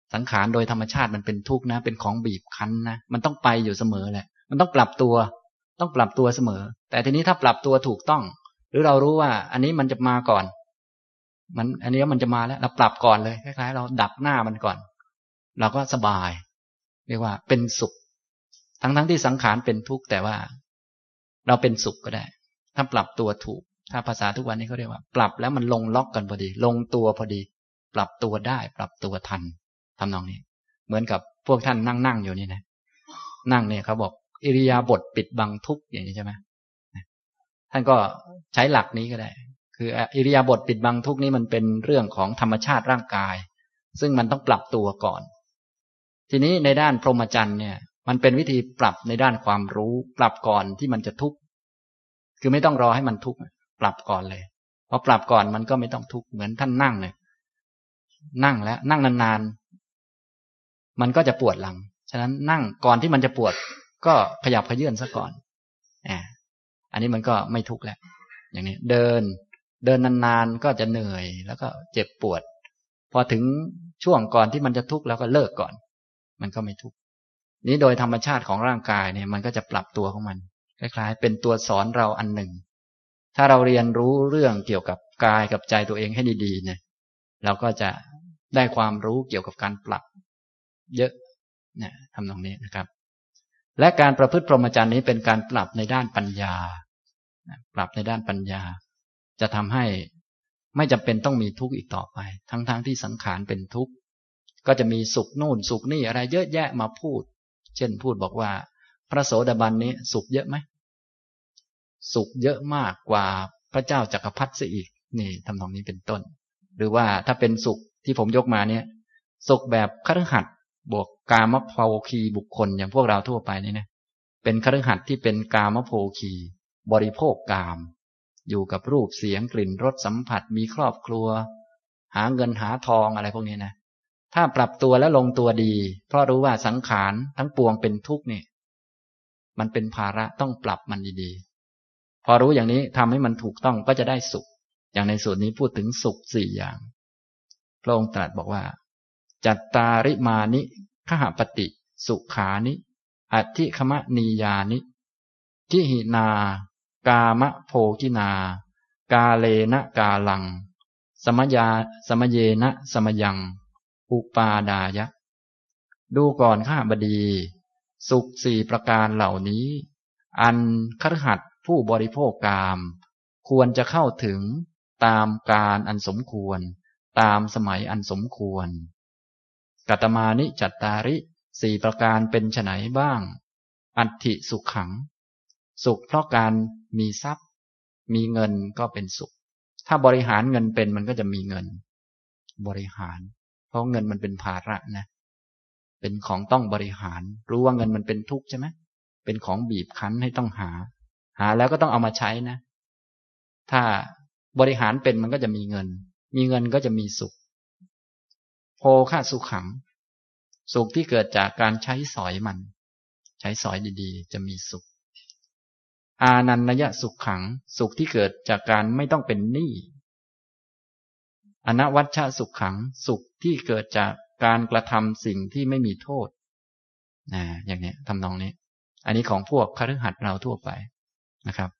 สังขารโดยธรรมชาติมันเป็นทุกข์นะเป็นของบีบคั้นนะมันต้องไปอยู่เสมอแหละมันต้องปรับตัวเสมอแต่ทีนี้ถ้าปรับตัวถูกต้องหรือเรารู้ว่าอันนี้มันจะมาก่อนอันนี้มันจะมาแล้วเราปรับก่อนเลยคล้ายๆเราดักหน้ามันก่อนเราก็สบายเรียกว่าเป็นสุขทั้งที่สังขารเป็นทุกข์แต่ว่าเราเป็นสุขก็ได้ถ้าปรับตัวถูกถ้าภาษาทุกวันนี้เขาเรียกว่าปรับแล้วมันลงล็อกกันพอดีลงตัวพอดีปรับตัวได้ปรับตัวทันทำนองนี้เหมือนกับพวกท่านนั่งอยู่นี่นะนั่งเนี่ยเขาบอกอิริยาบถปิดบังทุกข์อย่างนี้ใช่ไหมท่านก็ใช้หลักนี้ก็ได้คืออิริยาบถปิดบังทุกข์นี้มันเป็นเรื่องของธรรมชาติร่างกายซึ่งมันต้องปรับตัวก่อนทีนี้ในด้านพรหมจรรย์เนี่ยมันเป็นวิธีปรับในด้านความรู้ปรับก่อนที่มันจะทุกข์คือไม่ต้องรอให้มันทุกข์ปรับก่อนเลยพอปรับก่อนมันก็ไม่ต้องทุกข์เหมือนท่านนั่งเลยนั่งแล้วนั่งนานๆมันก็จะปวดหลังฉะนั้นนั่งก่อนที่มันจะปวดก็ขยับเขยื้อนซะก่อนอันนี้มันก็ไม่ทุกข์แล้วอย่างนี้เดินนานๆก็จะเหนื่อยแล้วก็เจ็บปวดพอถึงช่วงก่อนที่มันจะทุกข์แล้วก็เลิกก่อนมันก็ไม่ทุกข์นี้โดยธรรมชาติของร่างกายเนี่ยมันก็จะปรับตัวของมันคล้ายๆเป็นตัวสอนเราอันหนึ่งถ้าเราเรียนรู้เรื่องเกี่ยวกับกายกับใจตัวเองให้ดีๆเนี่ยเราก็จะได้ความรู้เกี่ยวกับการปรับเยอะเนี่ยทำตรงนี้นะครับและการประพฤติพรหมจรรย์นี้เป็นการปรับในด้านปัญญาปรับในด้านปัญญาจะทำให้ไม่จำเป็นต้องมีทุกข์อีกต่อไปทั้งที่สังขารเป็นทุกข์ก็จะมีสุขนู่นสุขนี่อะไรเยอะแยะมาพูดเช่นพูดบอกว่าพระโสดาบันนี้สุขเยอะไหมสุขเยอะมากกว่าพระเจ้าจักรพรรดิซะอีกนี่ทำนองนี้เป็นต้นหรือว่าถ้าเป็นสุขที่ผมยกมาเนี่ยสุขแบบคฤหัสถ์บวกกามโภคีบุคคลอย่างพวกเราทั่วไปนี่นะเป็นคฤหัสถ์ที่เป็นกามโภคีบริโภคกามอยู่กับรูปเสียงกลิ่นรสสัมผัสมีครอบครัวหาเงินหาทองอะไรพวกนี้นะถ้าปรับตัวและลงตัวดีเพราะรู้ว่าสังขารทั้งปวงเป็นทุกข์นี่มันเป็นภาระต้องปรับมันดีๆพอรู้อย่างนี้ทำให้มันถูกต้องก็จะได้สุขอย่างในสูตรนี้พูดถึงสุข4อย่างพระองค์ตรัสบอกว่าจัตตาริมานิขหปฏิสุขานิอธิคมนียานิทิหินากามโภกินากาเลนะกาลังสมเยนะสมยังอุปาดายะดูก่อนข้าบดีสุข4ประการเหล่านี้อันคฤหัสถ์ผู้บริโภคกามควรจะเข้าถึงตามกาลอันสมควรตามสมัยอันสมควรกัตมานิจัตตาริ4ประการเป็นไฉนบ้างอัตถิสุขขังสุขเพราะการมีทรัพย์มีเงินก็เป็นสุขถ้าบริหารเงินเป็นมันก็จะมีเงินบริหารเพราะเงินมันเป็นภาระนะเป็นของต้องบริหารรู้ว่าเงินมันเป็นทุกข์ใช่ไหมเป็นของบีบคั้นให้ต้องหาแล้วก็ต้องเอามาใช้นะถ้าบริหารเป็นมันก็จะมีเงินก็จะมีสุขโภคสุขขังสุขที่เกิดจากการใช้สอยมันใช้สอยดีๆจะมีสุขอานันนยสุขขังสุขที่เกิดจากการไม่ต้องเป็นหนี้อนวัชชสุขขังสุขที่เกิดจากการกระทำสิ่งที่ไม่มีโทษอย่างนี้ทำนองนี้อันนี้ของพวกคฤหัสถ์เราทั่วไปนะครับ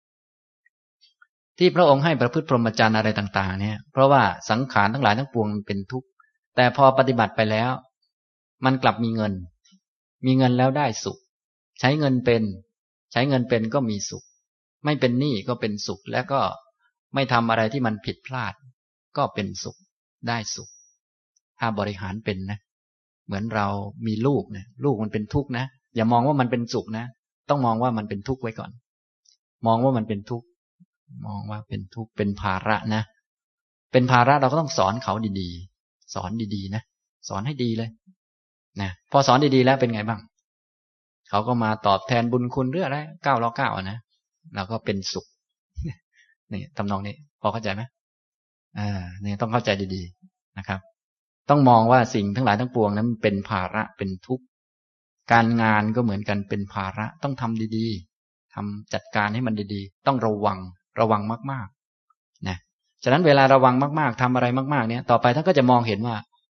ที่พระองค์ให้ประพฤติพรหมจรรย์อะไรต่างๆเนี่ยเพราะว่าสังขารทั้งหลายทั้งปวงมันเป็นทุกข์แต่พอปฏิบัติไปแล้วมันกลับมีเงินแล้วได้สุขใช้เงินเป็นก็มีสุขไม่เป็นหนี้ก็เป็นสุขแล้วก็ไม่ทำอะไรที่มันผิดพลาดก็เป็นสุขได้สุขถ้าบริหารเป็นนะเหมือนเรามีลูกเนี่ยลูกมันเป็นทุกข์นะอย่ามองว่ามันเป็นสุขนะต้องมองว่ามันเป็นทุกข์ไว้ก่อนมองว่ามันเป็นทุกข์มองว่าเป็นทุกข์เป็นภาระนะเป็นภาระเราก็ต้องสอนเขาดีๆสอนดีๆนะสอนให้ดีเลยนะพอสอนดีๆแล้วเป็นไงบ้างเขาก็มาตอบแทนบุญคุณเรื่องอะไร999นะเราก็เป็นสุขนี่ทำนองนี้พอเข้าใจไหมนี่ต้องเข้าใจดีๆนะครับต้องมองว่าสิ่งทั้งหลายทั้งปวงนั้นเป็นภาระเป็นทุกข์การงานก็เหมือนกันเป็นภาระต้องทำดีๆทำจัดการให้มันดีๆต้องระวังมากๆนะฉะนั้นเวลาระวังมากๆทำอะไรมากๆเนี่ยต่อไปท่านก็จะมองเห็นว่า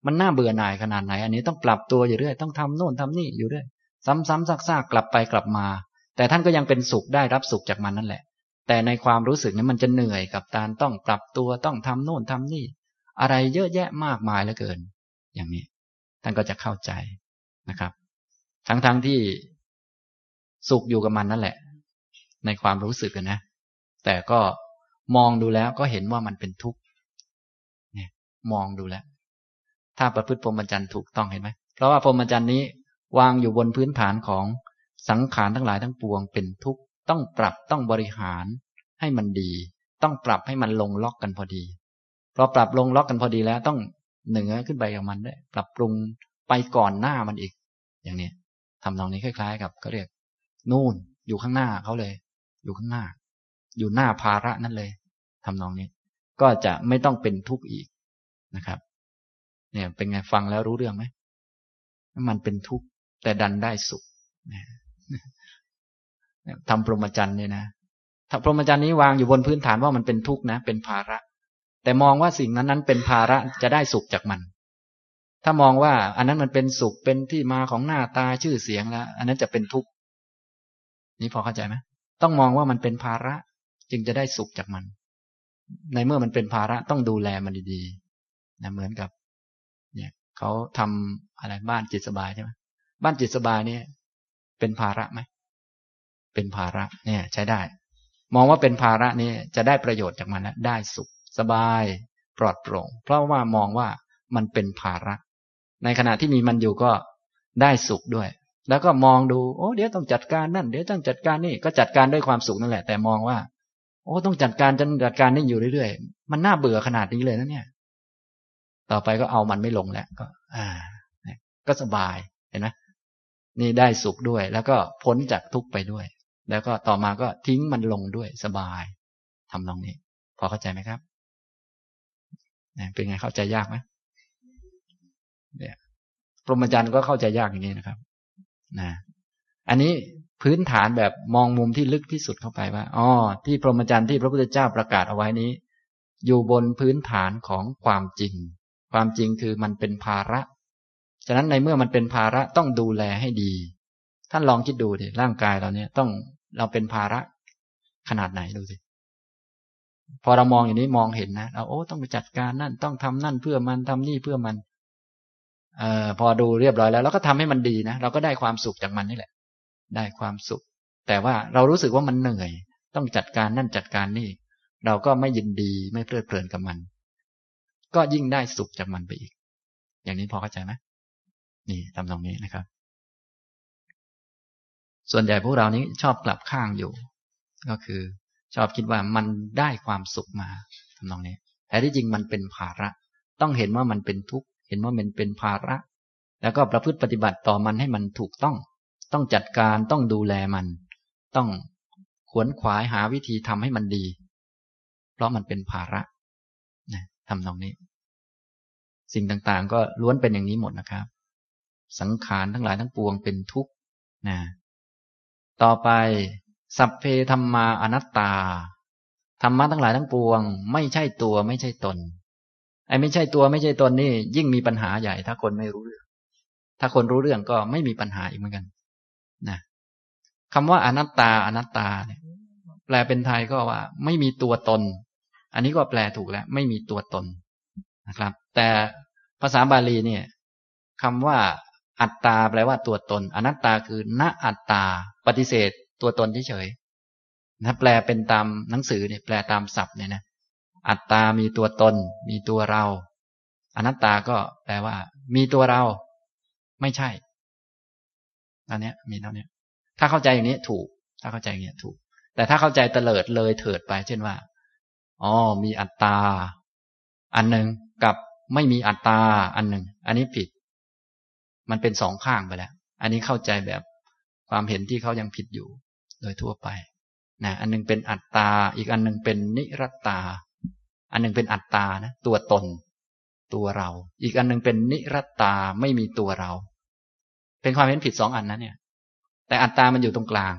มันน่าเบื่อหน่ายขนาดไหนอันนี้ต้องปรับตัวอยู่เรื่อยต้องทำโน่นทำนี่อยู่เรื่อยซ้ำๆซากๆกลับไปกลับมาแต่ท่านก็ยังเป็นสุขได้รับสุขจากมันนั่นแหละแต่ในความรู้สึกนี้มันจะเหนื่อยกับการต้องปรับตัวต้องทำโน่นทำนี่อะไรเยอะแยะมากมายเหลือเกินอย่างนี้ท่านก็จะเข้าใจนะครับทั้งที่สุขอยู่กับมันนั่นแหละในความรู้สึกนะแต่ก็มองดูแล้วก็เห็นว่ามันเป็นทุกข์เนี่ยมองดูแล้วถ้าประพฤติพรหมจรรย์ถูกต้องเห็นไหมเพราะว่าพรหมจรรย์นี้วางอยู่บนพื้นฐานของสังขารทั้งหลายทั้งปวงเป็นทุกข์ต้องปรับต้องบริหารให้มันดีต้องปรับให้มันลงล็อกกันพอดีพอปรับลงล็อกกันพอดีแล้วต้องเหนือขึ้นไปกับมันด้วยปรับปรุงไปก่อนหน้ามันอีกอย่างนี้ทำนองนี้คล้ายๆกับเขาเรียกนู่นอยู่ข้างหน้าเขาเลยอยู่ข้างหน้าอยู่หน้าภาระนั่นเลยทำนองนี้ก็จะไม่ต้องเป็นทุกข์อีกนะครับเนี่ยเป็นไงฟังแล้วรู้เรื่องไหมมันเป็นทุกข์แต่ดันได้สุขทำพรหมจรรย์เนี่ยนะพรหมจรรย์นี้วางอยู่บนพื้นฐานว่ามันเป็นทุกข์นะเป็นภาระแต่มองว่าสิ่งนั้นเป็นภาระจะได้สุขจากมันถ้ามองว่าอันนั้นมันเป็นสุขเป็นที่มาของหน้าตาชื่อเสียงแล้วอันนั้นจะเป็นทุกข์นี่พอเข้าใจไหมต้องมองว่ามันเป็นภาระจึงจะได้สุขจากมันในเมื่อมันเป็นภาระต้องดูแลมันดีๆนะเหมือนกับเนี่ยเขาทำอะไรบ้านจิตสบายใช่ไหมบ้านจิตสบายเนี่ยเป็นภาระไหมเป็นภาระเนี่ยใช้ได้มองว่าเป็นภาระนี่จะได้ประโยชน์จากมันแล้วได้สุขสบายปลอดโปร่งเพราะว่ามองว่ามันเป็นภาระในขณะที่มีมันอยู่ก็ได้สุขด้วยแล้วก็มองดูโอ้เดี๋ยวต้องจัดการนั่นเดี๋ยวต้องจัดการนี่ก็จัดการด้วยความสุขนั่นแหละแต่มองว่าโอ้ต้องจัดการนี่อยู่เรื่อยๆมันน่าเบื่อขนาดนี้เลยนะเนี่ยต่อไปก็เอามันไม่ลงแล้วก็ก็สบายเห็นไหมนี่ได้สุขด้วยแล้วก็พ้นจากทุกข์ไปด้วยแล้วก็ต่อมาก็ทิ้งมันลงด้วยสบายทำตรงนี้พอเข้าใจไหมครับเป็นไงเข้าใจยากไหมเนี่ยพรหมจรรย์ก็เข้าใจยากอย่างนี้นะครับนะอันนี้พื้นฐานแบบมองมุมที่ลึกที่สุดเข้าไปว่าที่พรหมจรรย์ที่พระพุทธเจ้าประกาศเอาไว้นี้อยู่บนพื้นฐานของความจริงความจริงคือมันเป็นภาระฉะนั้นในเมื่อมันเป็นภาระต้องดูแลให้ดีท่านลองคิดดูดิร่างกายเราเนี่ยเราเป็นภาระขนาดไหนดูสิพอเรามองอย่างนี้มองเห็นนะเราต้องไปจัดการนั่นต้องทำนั่นเพื่อมันทำนี่เพื่อมันพอดูเรียบร้อยแล้วเราก็ทำให้มันดีนะเราก็ได้ความสุขจากมันนี่แหละได้ความสุขแต่ว่าเรารู้สึกว่ามันเหนื่อยต้องจัดการนั่นจัดการนี่เราก็ไม่ยินดีไม่เพลิดเพลินกับมันก็ยิ่งได้สุขจากมันไปอีกอย่างนี้พอเข้าใจไหมนี่ทำตรงนี้นะครับส่วนใหญ่พวกเรานี้ชอบกลับข้างอยู่ก็คือชอบคิดว่ามันได้ความสุขมาทำนองนี้แต่ที่จริงมันเป็นภาระต้องเห็นว่ามันเป็นทุกข์เห็นว่ามันเป็นภาระแล้วก็ประพฤติปฏิบัติต่อมันให้มันถูกต้องจัดการต้องดูแลมันต้องขวนขวายหาวิธีทำให้มันดีเพราะมันเป็นภาระนะทำตรงนี้สิ่งต่างๆก็ล้วนเป็นอย่างนี้หมดนะครับสังขารทั้งหลายทั้งปวงเป็นทุกข์นะต่อไปสัพเพธัมมาอนัตตาธรรมะทั้งหลายทั้งปวงไม่ใช่ตัวไม่ใช่ตนไอ้ไม่ใช่ตัวไม่ใช่ตนนี่ยิ่งมีปัญหาใหญ่ถ้าคนไม่รู้เรื่องถ้าคนรู้เรื่องก็ไม่มีปัญหาอีกเหมือนกันนะคำว่าอนัตตาเนี่ยแปลเป็นไทยก็ว่าไม่มีตัวตนอันนี้ก็แปลถูกแล้วไม่มีตัวตนนะครับแต่ภาษาบาลีเนี่ยคำว่าอัตตาแปลว่าตัวตนอนัตตาคือณอัตตาปฏิเสธตัวตนเฉยๆนะแปลเป็นตามหนังสือเนี่ยแปลตามศัพท์เนี่ยนะอัตตามีตัวตนมีตัวเราอนัตตาก็แปลว่ามีตัวเราไม่ใช่อันนี้มีเท่านี้ถ้าเข้าใจอย่างนี้ถูกถ้าเข้าใจอย่างนี้ถูกแต่ถ้าเข้าใจเตลิดเลยเถิดไปเช่นว่ามีอัตตาอันหนึ่งกับไม่มีอัตตาอันหนึ่งอันนี้ผิดมันเป็นสองข้างไปแล้วอันนี้เข้าใจแบบความเห็นที่เขายังผิดอยู่โดยทั่วไปนะอันหนึ่งเป็นอัตตาอีกอันหนึ่งเป็นนิรัตตาอันหนึ่งเป็นอัตตานะตัวตนตัวเราอีกอันหนึ่งเป็นนิรัตตาไม่มีตัวเราเป็นความเห็นผิดสองอันนะเนี่ยแต่อัตตามันอยู่ตรงกลาง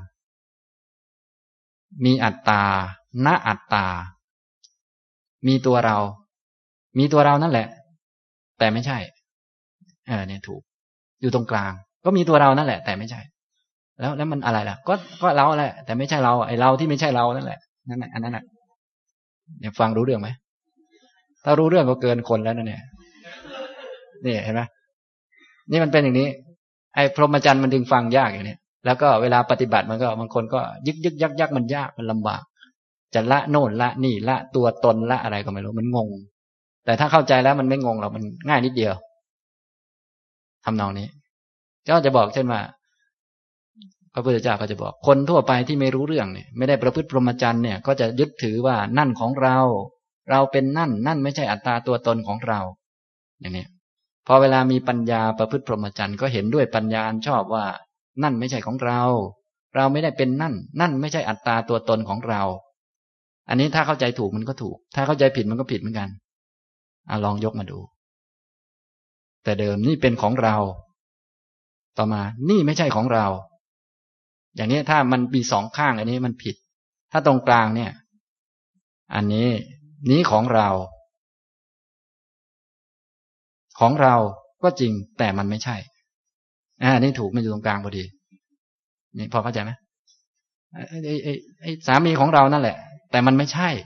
มีอัตตาณอัตตามีตัวเรานั่นแหละแต่ไม่ใช่เนี่ยถูกอยู่ตรงกลางก็มีตัวเรานั่นแหละแต่ไม่ใช่แล้วมันอะไรล่ะก็เราแหละแต่ไม่ใช่เราไอ้เราที่ไม่ใช่เรานั่นแหละนั่นแหละอันนั้นแหละเนี่ยฟังรู้เรื่องไหมถ้ารู้เรื่องก็เกินคนแล้วนะเนี่ยนี่เห็นไหมนี่มันเป็นอย่างนี้ไอ้พรหมจรรย์มันดึงฟังยากอย่างนี้แล้วก็เวลาปฏิบัติมันก็บางคนก็ยึกยักมันยากมันลำบากจะละโน่นละนี่ละตัวตนละอะไรก็ไม่รู้มันงงแต่ถ้าเข้าใจแล้วมันไม่งงหรอกมันง่ายนิดเดียวทำนองนี้ก็จะบอกเช่นว่าพระพุทธเจ้าก็จะบอกคนทั่วไปที่ไม่รู้เรื่องเนี่ยไม่ได้ประพฤติพรหมจรรย์เนี่ยก็จะยึดถือว่านั่นของเราเป็นนั่นไม่ใช่อัตตาตัวตนของเราอย่างนี้พอเวลามีปัญญาประพฤติพรหมจรรย์ก็เห็นด้วยปัญญาชอบว่านั่นไม่ใช่ของเราไม่ได้เป็นนั่นไม่ใช่อัตตาตัวตนของเราอันนี้ถ้าเข้าใจถูกมันก็ถูกถ้าเข้าใจผิดมันก็ผิดเหมือนกันลองยกมาดูแต่เดิมนี่เป็นของเราต่อมานี่ไม่ใช่ของเราอย่างนี้ถ้ามันมีสองข้างอันนี้มันผิดถ้าตรงกลางเนี่ยอันนี้ของเราก็จริงแต่มันไม่ใช่นี่ถูกมันอยู่ตรงกลางพอดีนี่พอเข้าใจไหมไอ้สามีของเรานั่นแหละแต่มันไม่ใช่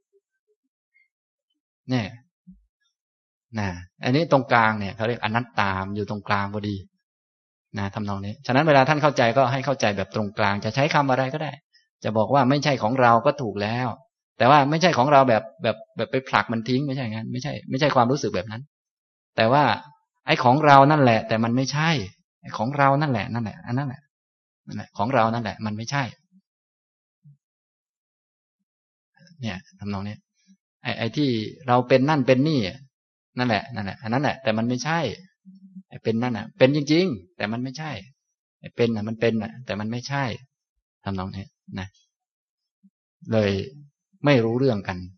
เนี่ยอันนี้ตรงกลางเนี่ยเขาเรียกอนัตตามอยู่ตรงกลางพอดีทำนองนี้ฉะนั้นเวลาท่านเข้าใจก็ให้เข้าใจแบบตรงกลางจะใช้คำอะไรก็ได้จะบอกว่าไม่ใช่ของเราก็ถูกแล้วแต่ว่าไม่ใช่ของเราแบบไปผลักมันทิ้งไม่ใช่งั้นไม่ใช่ความรู้สึกแบบนั้นแต่ว่าไอ้ของเรานั่นแหละแต่มันไม่ใช่ไอ้ของเรานั่นแหละอันนั้นแหละของเรานั่นแหละมันไม่ใช่เนี่ยทำนองนี้ไอ้ที่เราเป็นนั่นเป็นนี่นั่นแหละอันนั้นแหละแต่มันไม่ใช่ไอ้เป็นนั่นน่ะเป็นจริงๆแต่มันไม่ใช่ไอ้เป็นน่ะมันเป็นน่ะแต่มันไม่ใช่ทำนองนี้นะเลยไม่รู้เรื่องกัน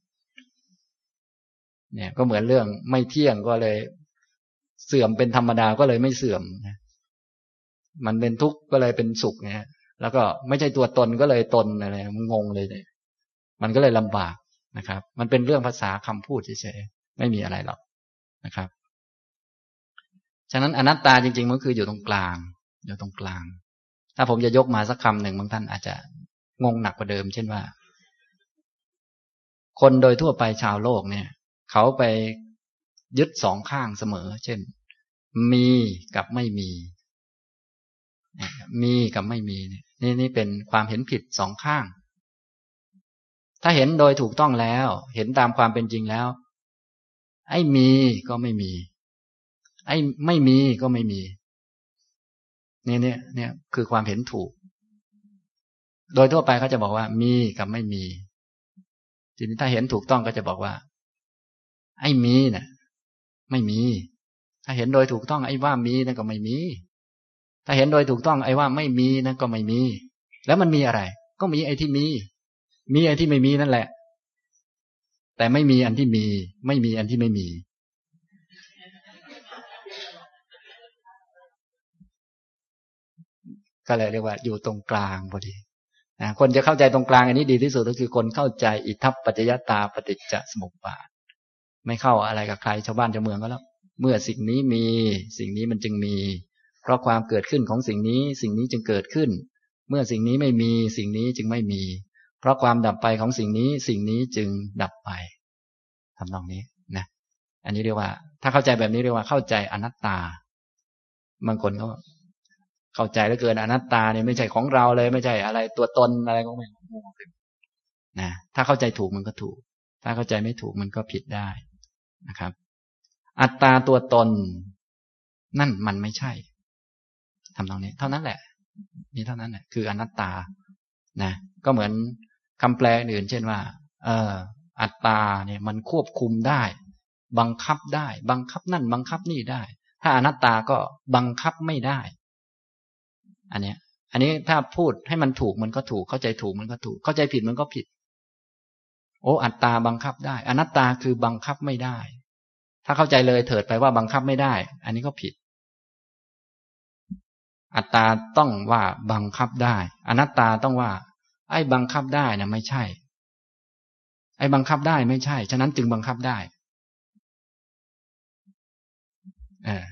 เนี่ยก็เหมือนเรื่องไม่เที่ยงก็เลยเสื่อมเป็นธรรมดาก็เลยไม่เสื่อมนะมันเป็นทุกข์ก็เลยเป็นสุขเนี่ยแล้วก็ไม่ใช่ตัวตนก็เลยตนอะไรมันงงเลยเนี่ยมันก็เลยลำบากนะครับมันเป็นเรื่องภาษาคำพูดเฉยๆไม่มีอะไรหรอกนะครับฉะนั้นอนัตตาจริงๆมันคืออยู่ตรงกลางถ้าผมจะยกมาสักคำหนึ่งบางท่านอาจจะงงหนักกว่าเดิมเช่นว่าคนโดยทั่วไปชาวโลกเนี่ยเขาไปยึดสองข้างเสมอเช่นมีกับไม่มีกับไม่มีนี่เป็นความเห็นผิดสองข้างถ้าเห็นโดยถูกต้องแล้วเห็นตามความเป็นจริงแล้วไอ้มีก็ไม่มีไอ้ไม่มีก็ไม่มีเนี่ยคือความเห็นถูกโดยทั่วไปเขาจะบอกว่ามีกับไม่มีทีนี้ถ้าเห็นถูกต้องก็จะบอกว่าไอ้มีน่ะไม่มีถ้าเห็นโดยถูกต้องไอ้ว่ามีนั่นก็ไม่มีถ้าเห็นโดยถูกต้องไอ้ว่าไม่มีนั่นก็ไม่มีแล้วมันมีอะไรก็มีไอ้ที่มีไอ้ที่ไม่มีนั่นแหละแต่ไม่มีอันที่มีไม่มีอันที่ไม่มีก็เลยเรียกว่าอยู่ตรงกลางพอดีคนจะเข้าใจตรงกลางอันนี้ดีที่สุดก็คือคนเข้าใจอิทัปปัจจยตาปฏิจจสมุปบาทไม่เข้าอะไรกับใครชาวบ้านชาวเมืองก็แล้วเมื่อสิ่งนี้มีสิ่งนี้มันจึงมีเพราะความเกิดขึ้นของสิ่งนี้จึงเกิดขึ้นเมื่อสิ่งนี้ไม่มีสิ่งนี้จึงไม่มีเพราะความดับไปของสิ่งนี้จึงดับไปทำนองนี้นะอันนี้เรียกว่าถ้าเข้าใจแบบนี้เรียกว่าเข้าใจอนัตตาบางคนก็เข้าใจแล้วเกินอนัตตาเนี่ยไม่ใช่ของเราเลยไม่ใช่อะไรตัวตนอะไรก็ไม่นะถ้าเข้าใจถูกมันก็ถูกถ้าเข้าใจไม่ถูกมันก็ผิดได้นะครับอัตตาตัวตนนั่นมันไม่ใช่ทำตรงนี้เท่านั้นแหละนี่เท่านั้นแหละคืออนัตตานะก็เหมือนคำแปลอื่นเช่นว่าอัตตาเนี่ยมันควบคุมได้บังคับได้บังคับนั่นบังคับนี่ได้ถ้าอนัตตาก็บังคับไม่ได้อันนี้ถ้าพูดให้มันถูกมันก็ถูกเข้าใจถูกมันก็ถูกเข้าใจผิดมันก็ผิดโอ้อัตตาบังคับได้อนัตตาคือบังคับไม่ได้ถ้าเข้าใจเลยเถิดไปว่าบังคับไม่ได้อันนี้ก็ผิดอัตตาต้องว่าบังคับได้อนัตตาต้องว่าไอ้บังคับได้นะไม่ใช่ไอ้บังคับได้ไม่ใช่ฉะนั้นจึงบังคับได้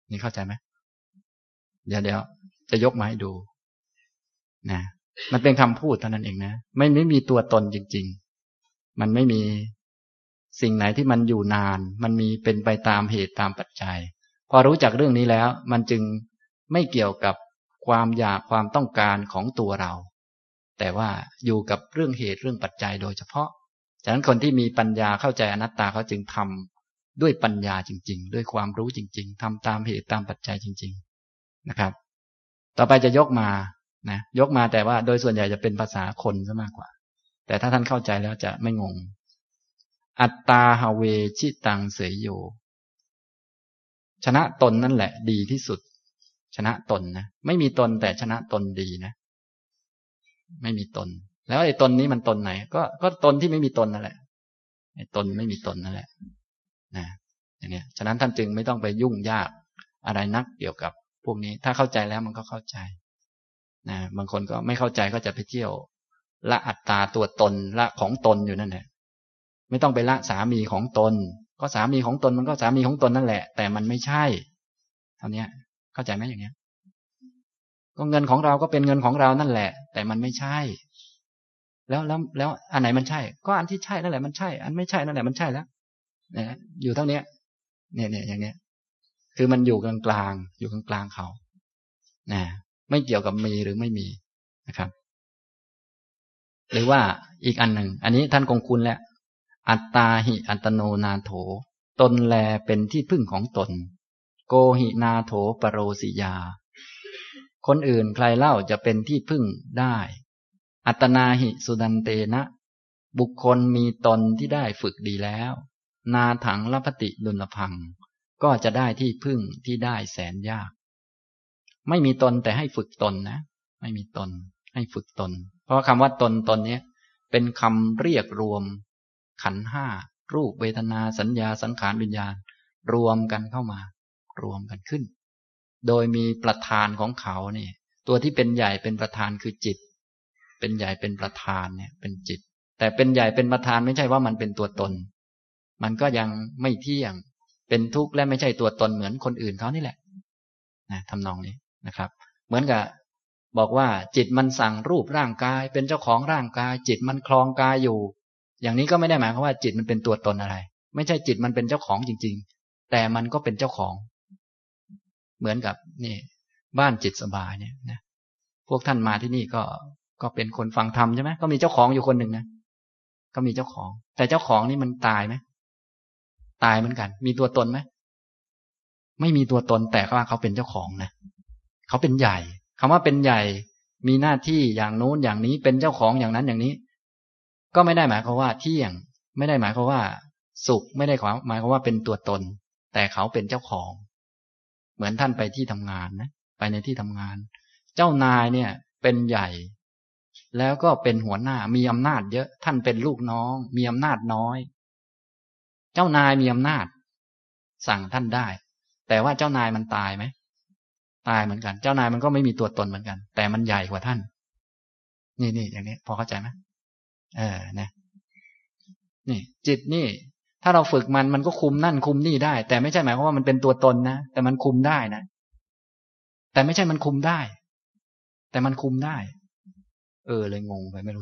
นี่เข้าใจไหมเดี๋ยวจะยกมาให้ดูนะมันเป็นคำพูดเท่านั้นเองนะไม่มีตัวตนจริงๆมันไม่มีสิ่งไหนที่มันอยู่นานมันมีเป็นไปตามเหตุตามปัจจัยพอรู้จักเรื่องนี้แล้วมันจึงไม่เกี่ยวกับความอยากความต้องการของตัวเราแต่ว่าอยู่กับเรื่องเหตุเรื่องปัจจัยโดยเฉพาะฉะนั้นคนที่มีปัญญาเข้าใจอนัตตาเขาจึงทำด้วยปัญญาจริงๆด้วยความรู้จริงๆทำตามเหตุตามปัจจัยจริงๆนะครับต่อไปจะยกมานะยกมาแต่ว่าโดยส่วนใหญ่จะเป็นภาษาคนซะมากกว่าแต่ถ้าท่านเข้าใจแล้วจะไม่งงอัตตาหเวชิตังเสยโยชนะตนนั่นแหละดีที่สุดชนะตนนะไม่มีตนแต่ชนะตนดีนะไม่มีตนแล้วไอ้ตนนี้มันตนไหนก็ตนที่ไม่มีตนนั่นแหละไอ้ตนไม่มีตนนั่นแหละนะอย่างนี้ฉะนั้นท่านจึงไม่ต้องไปยุ่งยากอะไรนักเกี่ยวกับพวกนี้ถ้าเข้าใจแล้วมันก็เข้าใจนะบางคนก็ไม่เข้าใจก็จะไปเที่ยวละอัตตาตัวตนละของตนอยู่นั่นแหละไม่ต้องไปละสามีของตนก็สามีของตนมันก็สามีของตนนั่นแหละแต่มันไม่ใช่เท่านี้เข้าใจไหมอย่างเนี้ยก็เงินของเราก็เป็นเงินของเรานั่นแหละแต่มันไม่ใช่แล้วอันไหนมันใช่ก็อันที่ใช่นั่นแหละมันใช่อันไม่ใช่นั่นแหละมันใช่แล้วนะอยู่เท่านี้เนี่ยอย่างเนี้ยคือมันอยู่กลางๆอยู่กลางๆเขานะไม่เกี่ยวกับมีหรือไม่มีนะครับหรือว่าอีกอันหนึ่งอันนี้ท่านคงคุ้นแล้วอัตตาหิอัตโนนาโถตนแลเป็นที่พึ่งของตนโกหินาโถปโรสิยาคนอื่นใครเล่าจะเป็นที่พึ่งได้อัตนาหิสุดันเตนะบุคคลมีตนที่ได้ฝึกดีแล้วนาถังละพติดุลพังก็จะได้ที่พึ่งที่ได้แสนยากไม่มีตนแต่ให้ฝึกตนนะไม่มีตนให้ฝึกตนเพราะคำว่าตนนี้เป็นคำเรียกรวมขันธ์ห้ารูปเวทนาสัญญาสังขารวิญญาณรวมกันเข้ามารวมกันขึ้นโดยมีประธานของเขาเนี่ยตัวที่เป็นใหญ่เป็นประธานคือจิตเป็นใหญ่เป็นประธานเนี่ยเป็นจิตแต่เป็นใหญ่เป็นประธานไม่ใช่ว่ามันเป็นตัวตนมันก็ยังไม่เที่ยงเป็นทุกข์และไม่ใช่ตัวตนเหมือนคนอื่นเขานี่แหละนะทำนองนี้นะครับเหมือนกับบอกว่าจิตมันสั่งรูปร่างกายเป็นเจ้าของร่างกายจิตมันครองกายอยู่อย่างนี้ก็ไม่ได้หมายความว่าจิตมันเป็นตัวตนอะไรไม่ใช่จิตมันเป็นเจ้าของจริงๆแต่มันก็เป็นเจ้าของเหมือนกับนี่บ้านจิตสบายเนี่ยนะพวกท่านมาที่นี่ก็เป็นคนฟังธรรมใช่ไหมก็มีเจ้าของอยู่คนหนึ่งนะก็มีเจ้าของแต่เจ้าของนี่มันตายไหมตายเหมือนกันมีตัวตนไหมไม่มีตัวตนแต่ว่าเขาเป็นเจ้าของนะเขาเป็นใหญ่คำว่าเป็นใหญ่มีหน้าที่อย่างโน้นอย่างนี้เป็นเจ้าของอย่างนั้นอย่างนี้ก็ไม่ได้หมายความว่าเที่ยงไม่ได้หมายความว่าสุขไม่ได้หมายความว่าเป็นตัวตนแต่เขาเป็นเจ้าของเหมือนท่านไปที่ทำงานนะไปในที่ทำงานเจ้านายเนี่ยเป็นใหญ่แล้วก็เป็นหัวหน้ามีอำนาจเยอะท่านเป็นลูกน้องมีอำนาจน้อยเจ้านายมีอำนาจสั่งท่านได้แต่ว่าเจ้านายมันตายไหมตายเหมือนกันเจ้านายมันก็ไม่มีตัวตนเหมือนกันแต่มันใหญ่กว่าท่านนี่อย่างนี้พอเข้าใจไหมนะนี่จิตนี่ถ้าเราฝึกมันก็คุมนั่นคุมนี่ได้แต่ไม่ใช่หมายความว่ามันเป็นตัวตนนะแต่มันคุมได้นะแต่ไม่ใช่มันคุมได้แต่มันคุมได้เลยงงไปไม่รู้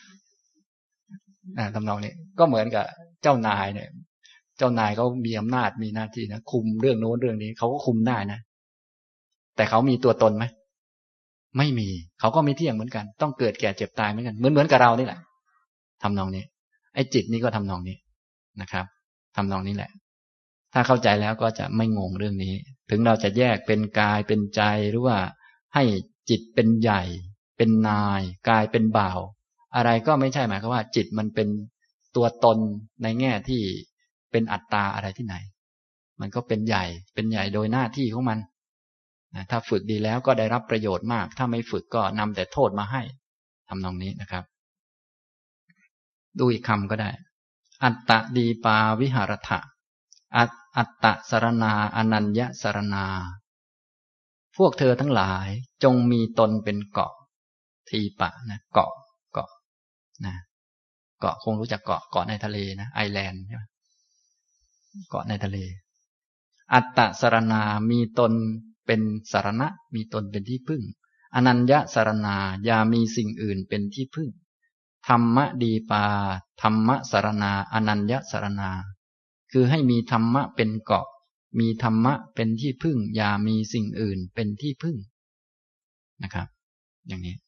ทำนองนี้ก็เหมือนกับเจ้านายเนี่ยเจ้านายเขามีอำนาจมีหน้าที่นะคุมเรื่องโน้นเรื่องนี้เขาก็คุมได้นะแต่เขามีตัวตนไหมไม่มีเขาก็ไม่เที่ยงเหมือนกันต้องเกิดแก่เจ็บตายเหมือนกันเหมือนกับเรานี่แหละทำนองนี้ไอ้จิตนี่ก็ทำนองนี้นะครับทำนองนี้แหละถ้าเข้าใจแล้วก็จะไม่งงเรื่องนี้ถึงเราจะแยกเป็นกายเป็นใจหรือว่าให้จิตเป็นใหญ่เป็นนายกายเป็นบ่าวอะไรก็ไม่ใช่หมายความว่าจิตมันเป็นตัวตนในแง่ที่เป็นอัตตาอะไรที่ไหนมันก็เป็นใหญ่โดยหน้าที่ของมันถ้าฝึกดีแล้วก็ได้รับประโยชน์มากถ้าไม่ฝึกก็นำแต่โทษมาให้ทำนองนี้นะครับดูอีกคำก็ได้อัตตะดีปาวิหารถะอัตตะสรณาอนัญญสรณาพวกเธอทั้งหลายจงมีตนเป็นเกาะทีปะนะเกาะนะเกาะคงรู้จักเกาะในทะเลนะไอแลนด์ใช่ไหมเกาะในทะเลอัตตสรณามีตนเป็นสรณะมีตนเป็นที่พึ่งอนัญญสรณาอย่ามีสิ่งอื่นเป็นที่พึ่งธรรมดีปาธรรมสรณาอนัญญสรณาคือให้มีธรรมะเป็นเกาะมีธรรมะเป็นที่พึ่งอย่ามีสิ่งอื่นเป็นที่พึ่งนะครับอย่างนี้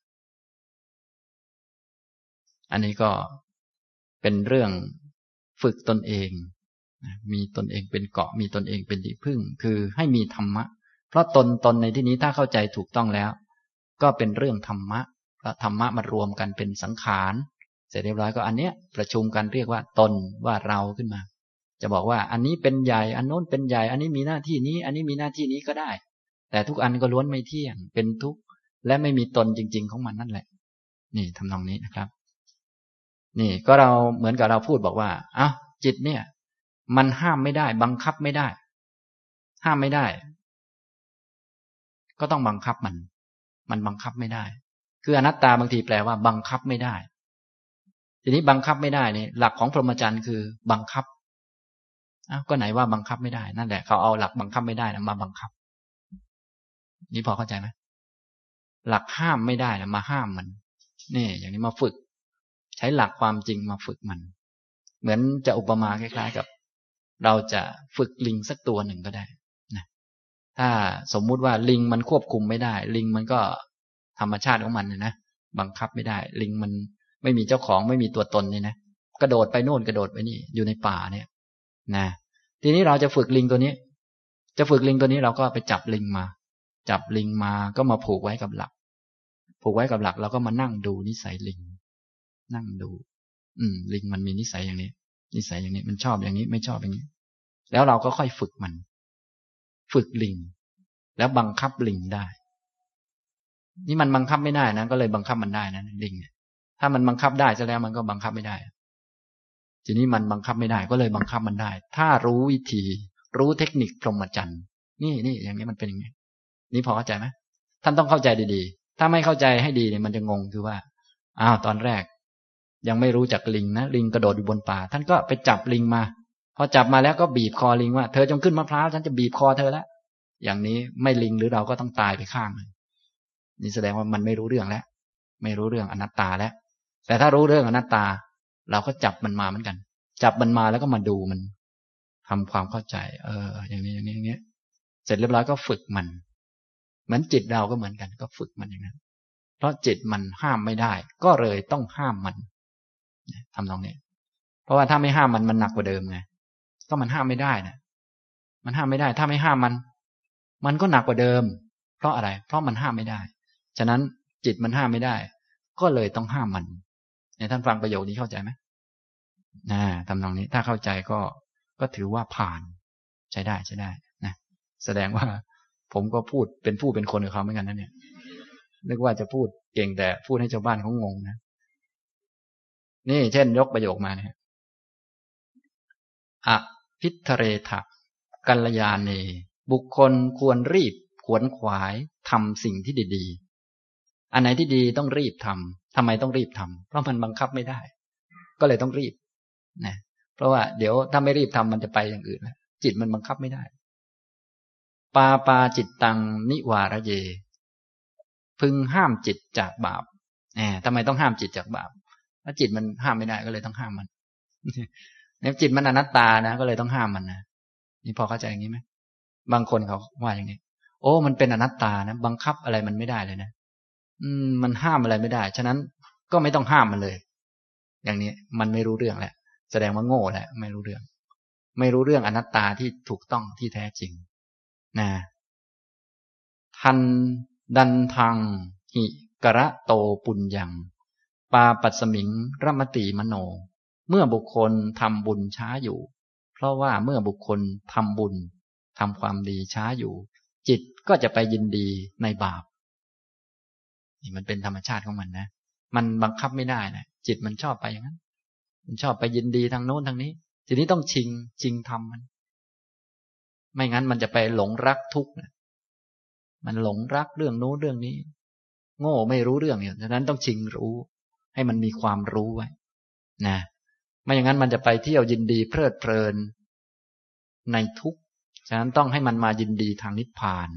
อันนี้ก็เป็นเรื่องฝึกตนเองมีตนเองเป็นเกาะมีตนเองเป็นที่พึ่งคือให้มีธรรมะเพราะตนในที่นี้ถ้าเข้าใจถูกต้องแล้วก็เป็นเรื่องธรรมะแล้วธรรมะมารวมกันเป็นสังขารเสร็จเรียบร้อยก็อันเนี้ยประชุมกันเรียกว่าตนว่าเราขึ้นมาจะบอกว่าอันนี้เป็นใหญ่อันโน้นเป็นใหญ่อันนี้มีหน้าที่นี้อันนี้มีหน้าที่นี้ก็ได้แต่ทุกอันก็ล้วนไม่เที่ยงเป็นทุกข์และไม่มีตนจริงๆของมันนั่นแหละนี่ทำนองนี้นะครับนี่ก็เราเหมือนกับเราพูดบอกว่าอ้าวจิตเนี่ยมันห้ามไม่ได้บังคับไม่ได้ห้ามไม่ได้ก็ต้องบังคับมันบังคับไม่ได้คืออนัตตาบางทีแปลว่าบังคับไม่ได้ทีนี้บังคับไม่ได้เนี่ยหลักของพรหมจรรย์คือบังคับอ้าวก็ไหนว่าบังคับไม่ได้นั่นแหละเขาเอาหลักบังคับไม่ได้นะมาบังคับนี่พอเข้าใจไหมหลักห้ามไม่ได้นะมาห้ามมันนี่อย่างนี้มาฝึกใช้หลักความจริงมาฝึกมันเหมือนจะอุปมาคล้ายๆกับเราจะฝึกลิงสักตัวหนึ่งก็ได้นะถ้าสมมุติว่าลิงมันควบคุมไม่ได้ลิงมันก็ธรรมชาติของมันนะบังคับไม่ได้ลิงมันไม่มีเจ้าของไม่มีตัวตนนี่นะกระโดดไปโน่นกระโดดไปนี่อยู่ในป่าเนี่ยนะทีนี้เราจะฝึกลิงตัวนี้เราก็ไปจับลิงมาก็มาผูกไว้กับหลักเราก็มานั่งดูนิสัยลิงนั่งดูลิงมันมีนิสัยอย่างนี้มันชอบอย่างนี้ไม่ชอบอย่างนี้แล้วเราก็ค่อยฝึกมันฝึกลิงแล้วบังคับลิงได้นี่มันบังคับไม่ได้นะก็เลยบังคับมันได้นะลิงถ้ามันบังคับได้ซะแล้วมันก็บังคับไม่ได้ทีนี้มันบังคับไม่ได้ก็เลยบังคับมันได้ถ้ารู้วิธีรู้เทคนิคพรหมจรรย์นี่อย่างนี้มันเป็นอย่างนี้นี่พอเข้าใจไหมท่านต้องเข้าใจดีๆถ้าไม่เข้าใจให้ดีเนี่ยมันจะงงคือว่าอ้าวตอนแรกยังไม่รู้จักลิงนะลิงกระโดดอยู่บนป่าท่านก็ไปจับลิงมาพอจับมาแล้วก็บีบคอลิงว่าเธอจงขึ้นมะพร้าวฉันจะบีบคอเธอแล้วอย่างนี้ไม่ลิงหรือเราก็ต้องตายไปข้างนึงนี่แสดงว่ามันไม่รู้เรื่องแล้วไม่รู้เรื่องอนัตตาแล้วแต่ถ้ารู้เรื่องอนัตตาเราก็จับมันมาเหมือนกันจับมันมาแล้วก็มาดูมันทำความเข้าใจอย่างนี้เสร็จเรียบร้อยก็ฝึกมันเหมือนจิตเราก็เหมือนกันก็ฝึกมันอย่างนั้นเพราะจิตมันห้ามไม่ได้ก็เลยต้องห้ามมันทำตรงนี้เพราะว่าถ้าไม่ห้ามมันหนักกว่าเดิมไงก็มันห้ามไม่ได้นะมันห้ามไม่ได้ถ้าไม่ห้ามมันก็หนักกว่าเดิมเพราะอะไรเพราะมันห้ามไม่ได้ฉะนั้นจิตมันห้ามไม่ได้ก็เลยต้องห้ามมันเนี่ยท่านฟังประโยคนี้เข้าใจไหมทำตรงนี้ถ้าเข้าใจก็ถือว่าผ่านใช้ได้นะแสดงว่าผมก็พูดเป็นผู้เป็นคนกับเขาเหมือนกันนะเนี่ยนึกว่าจะพูดเก่งแต่พูดให้ชาวบ้านเขางงนะนี่เช่นยกประโยคมาเนี่ยอภิทเรทะกัลยาเนบุคคลควรรีบขวนขวายทำสิ่งที่ดีๆอันไหนที่ดีต้องรีบทำไมต้องรีบทำเพราะมันบังคับไม่ได้ก็เลยต้องรีบนะเพราะว่าเดี๋ยวถ้าไม่รีบทำมันจะไปอย่างอื่นแล้วจิตมันบังคับไม่ได้ปาจิตตังนิวารเยพึงห้ามจิตจากบาปทำไมต้องห้ามจิตจากบาปถ้าจิตมันห้ามไม่ได้ก็เลยต้องห้ามมันเนี่ยจิตมันอนัตตานะก็เลยต้องห้ามมันนะนี่พอเข้าใจอย่างนี้ไหมบางคนเขาว่าอย่างนี้โอ้มันเป็นอนัตตานะบังคับอะไรมันไม่ได้เลยนะมันห้ามอะไรไม่ได้ฉะนั้นก็ไม่ต้องห้ามมันเลยอย่างนี้มันไม่รู้เรื่องแหละแสดงว่าโง่แหละไม่รู้เรื่องอนัตตาที่ถูกต้องที่แท้จริงนะทันดันทังหิกระโตปุญญังปาปัสสมิงรมติมโนเมื่อบุคคลทำบุญช้าอยู่เพราะว่าเมื่อบุคคลทำบุญทำความดีช้าอยู่จิตก็จะไปยินดีในบาปนี่มันเป็นธรรมชาติของมันนะมันบังคับไม่ได้นะจิตมันชอบไปอย่างนั้นมันชอบไปยินดีทางโน้นทางนี้ทีนี้ต้องชิงทำมันไม่งั้นมันจะไปหลงรักทุกข์มันหลงรักเรื่องโน้นเรื่องนี้โง่ไม่รู้เรื่องเนี่ยฉะนั้นต้องชิงรู้ให้มันมีความรู้ไว้นะไม่อย่างนั้นมันจะไปเที่ยวยินดีเพลิดเพลินในทุกข์ฉะนั้นต้องให้มันมายินดีทางนิพพาน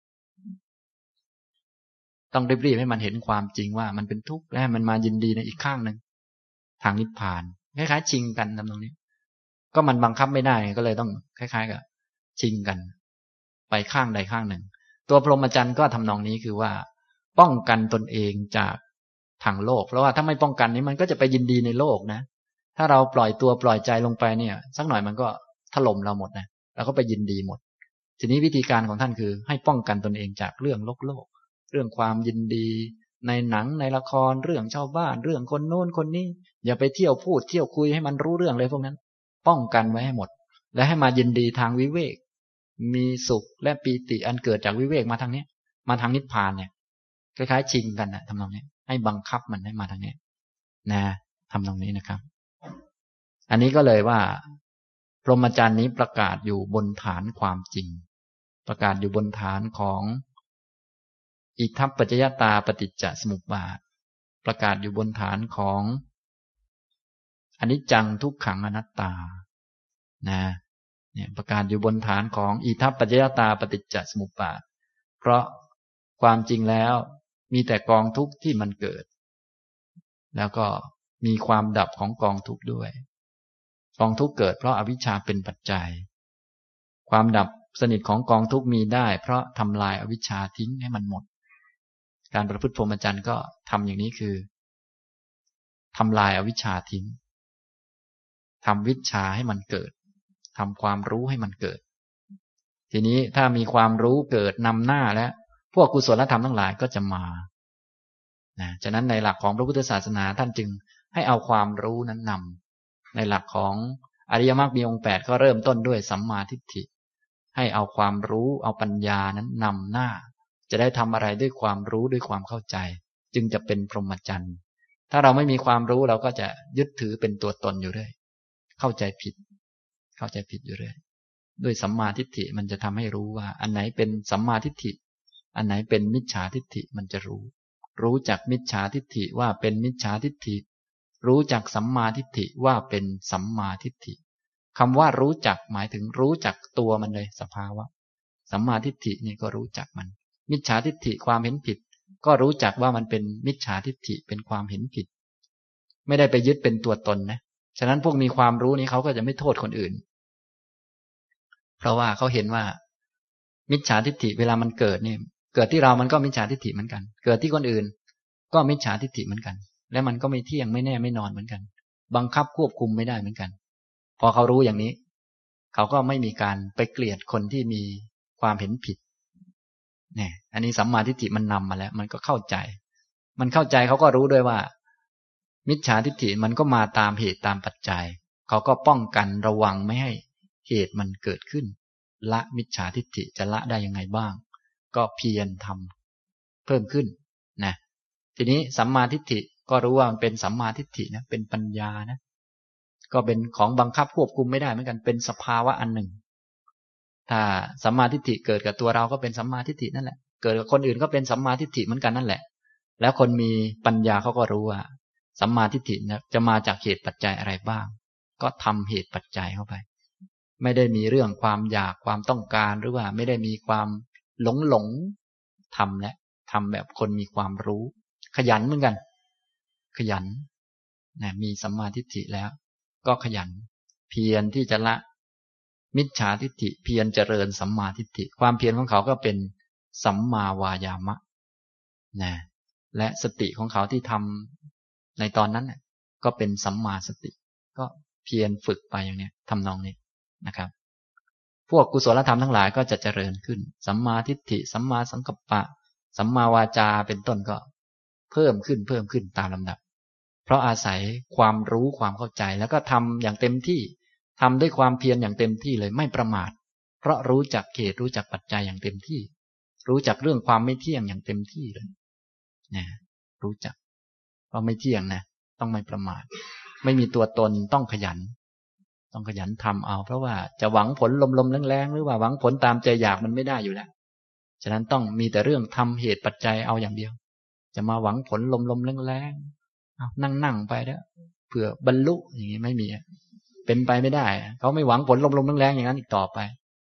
ต้องรีบๆให้มันเห็นความจริงว่ามันเป็นทุกข์และให้มันมายินดีในอีกข้างหนึ่งทางนิพพานคล้ายๆชิงกันทำตรงนี้ก็มันบังคับไม่ได้ก็เลยต้องคล้ายๆกับชิงกันไปข้างใดข้างหนึ่งตัวพรหมจรรย์ก็ทำนองนี้คือว่าป้องกันตนเองจากทางโลกเพราะว่าถ้าไม่ป้องกันนี้มันก็จะไปยินดีในโลกนะถ้าเราปล่อยตัวปล่อยใจลงไปเนี่ยสักหน่อยมันก็ถล่มเราหมดนะเราก็ไปยินดีหมดทีนี้วิธีการของท่านคือให้ป้องกันตนเองจากเรื่องโลกเรื่องความยินดีในหนังในละครเรื่องชาวบ้านเรื่องคนโน้นคนนี้อย่าไปเที่ยวพูดเที่ยวคุยให้มันรู้เรื่องเลยพวกนั้นป้องกันไว้ให้หมดและให้มายินดีทางวิเวกมีสุขและปีติอันเกิดจากวิเวกมาทางนี้มาทางนิพพานเนี่ยคล้ายๆชิงกันนะทำนองนี้ให้บังคับมันให้มาทางนี้นะทำตรงนี้นะครับอันนี้ก็เลยว่าพรหมจรรย์นี้ประกาศอยู่บนฐานความจริงประกาศอยู่บนฐานของอิทัปปัจจยตาปฏิจจสมุปบาทประกาศอยู่บนฐานของอนิจจังทุกขังอนัตตานะเนี่ยประกาศอยู่บนฐานของอิทัปปัจจยตาปฏิจจสมุปบาทเพราะความจริงแล้วมีแต่กองทุกข์ที่มันเกิดแล้วก็มีความดับของกองทุกข์ด้วยกองทุกข์เกิดเพราะอวิชชาเป็นปัจจัยความดับสนิทของกองทุกข์มีได้เพราะทำลายอวิชชาทิ้งให้มันหมดการประพฤติพรหมจรรย์ก็ทำอย่างนี้คือทำลายอวิชชาทิ้งทำวิชชาให้มันเกิดทำความรู้ให้มันเกิดทีนี้ถ้ามีความรู้เกิดนำหน้าแล้วพวกกุศลธรรมทั้งหลายก็จะมาฉะนั้นในหลักของพระพุทธศาสนาท่านจึงให้เอาความรู้นั้นนำในหลักของอริยมรรคมีองค์8ก็เริ่มต้นด้วยสัมมาทิฏฐิให้เอาความรู้เอาปัญญานั้นนำหน้าจะได้ทำอะไรด้วยความรู้ด้วยความเข้าใจจึงจะเป็นพรหมจรรย์ถ้าเราไม่มีความรู้เราก็จะยึดถือเป็นตัวตนอยู่เรื่อยเข้าใจผิดอยู่เรื่อยด้วยสัมมาทิฏฐิมันจะทำให้รู้ว่าอันไหนเป็นสัมมาทิฏฐิอันไหนเป็นมิจฉาทิฏฐิมันจะรู้จักมิจฉาทิฏฐิว่าเป็นมิจฉาทิฏฐิรู้จักสัมมาทิฏฐิว่าเป็นสัมมาทิฏฐิคำว่ารู้จักหมายถึงรู้จักตัวมันเลยสภาวะสัมมาทิฏฐินี่ก็รู้จักมันมิจฉาทิฏฐิความเห็นผิดก็รู้จักว่ามันเป็นมิจฉาทิฏฐิเป็นความเห็นผิดไม่ได้ไปยึดเป็นตัวตนนะฉะนั้นพวกมีความรู้นี้เขาก็จะไม่โทษคนอื่นเพราะว่าเขาเห็นว่ามิจฉาทิฏฐิเวลามันเกิดนี่เกิดที่เรามันก็มิจฉาทิฏฐิเหมือนกันเกิดที่คนอื่นก็มิจฉาทิฏฐิเหมือนกันและมันก็ไม่เที่ยงไม่แน่ไม่นอนเหมือนกันบังคับควบคุมไม่ได้เหมือนกันพอเขารู้อย่างนี้เขาก็ไม่มีการไปเกลียดคนที่มีความเห็นผิดเนี่ยอันนี้สัมมาทิฏฐิมันนำมาแล้วมันก็เข้าใจเขาก็รู้ด้วยว่ามิจฉาทิฏฐิมันก็มาตามเหตุตามปัจจัยเขาก็ป้องกันระวังไม่ให้เหตุมันเกิดขึ้นละมิจฉาทิฏฐิจะละได้ยังไงบ้างก็เพียรทำเพิ่มขึ้นนะทีนี้สัมมาทิฏฐิก็รู้ว่ามันเป็นสัมมาทิฏฐินะเป็นปัญญานะก็เป็นของบังคับควบคุมไม่ได้เหมือนกันเป็นสภาวะอันหนึ่งถ้าสัมมาทิฏฐิเกิดกับตัวเราก็เป็นสัมมาทิฏฐินั่นแหละเกิดกับคนอื่นก็เป็นสัมมาทิฏฐิเหมือนกันนั่นแหละแล้วคนมีปัญญาเขาก็รู้ว่าสัมมาทิฏฐินะจะมาจากเหตุปัจจัยอะไรบ้างก็ทำเหตุปัจจัยเข้าไปไม่ได้มีเรื่องความอยากความต้องการหรือว่าไม่ได้มีความหลงทำแบบคนมีความรู้ขยันเหมือนกันขยันนะมีสัมมาทิฏฐิแล้วก็ขยันเพียรที่จะละมิจฉาทิฏฐิเพียรเจริญสัมมาทิฏฐิความเพียรของเขาก็เป็นสัมมาวายามะนะและสติของเขาที่ทำในตอนนั้นก็เป็นสัมมาสติก็เพียรฝึกไปอย่างนี้ทำนองนี้นะครับพวกกุศลธรรมทั้งหลายก็จะเจริญขึ้นสัมมาทิฏฐิสัมมาสังกัปปะสัมมาวาจาเป็นต้นก็เพิ่มขึ้นตามลำดับเพราะอาศัยความรู้ความเข้าใจแล้วก็ทำอย่างเต็มที่ทำด้วยความเพียรอย่างเต็มที่เลยไม่ประมาทเพราะรู้จักเหตุรู้จักปัจจัยอย่างเต็มที่รู้จักเรื่องความไม่เที่ยงอย่างเต็มที่เลยนะรู้จักว่าไม่เที่ยงนะต้องไม่ประมาทไม่มีตัวตนต้องขยันทำเอาเพราะว่าจะหวังผลลมๆแรงๆหรือว่าหวังผลตามใจอยากมันไม่ได้อยู่แล้วฉะนั้นต้องมีแต่เรื่องทำเหตุปัจจัยเอาอย่างเดียวจะมาหวังผลลมๆแรงๆนั่งไปแล้วเผื่อบรรลุอย่างนี้ไม่มีเป็นไปไม่ได้เขาไม่หวังผลลมๆแรงๆอย่างนั้นอีกต่อไป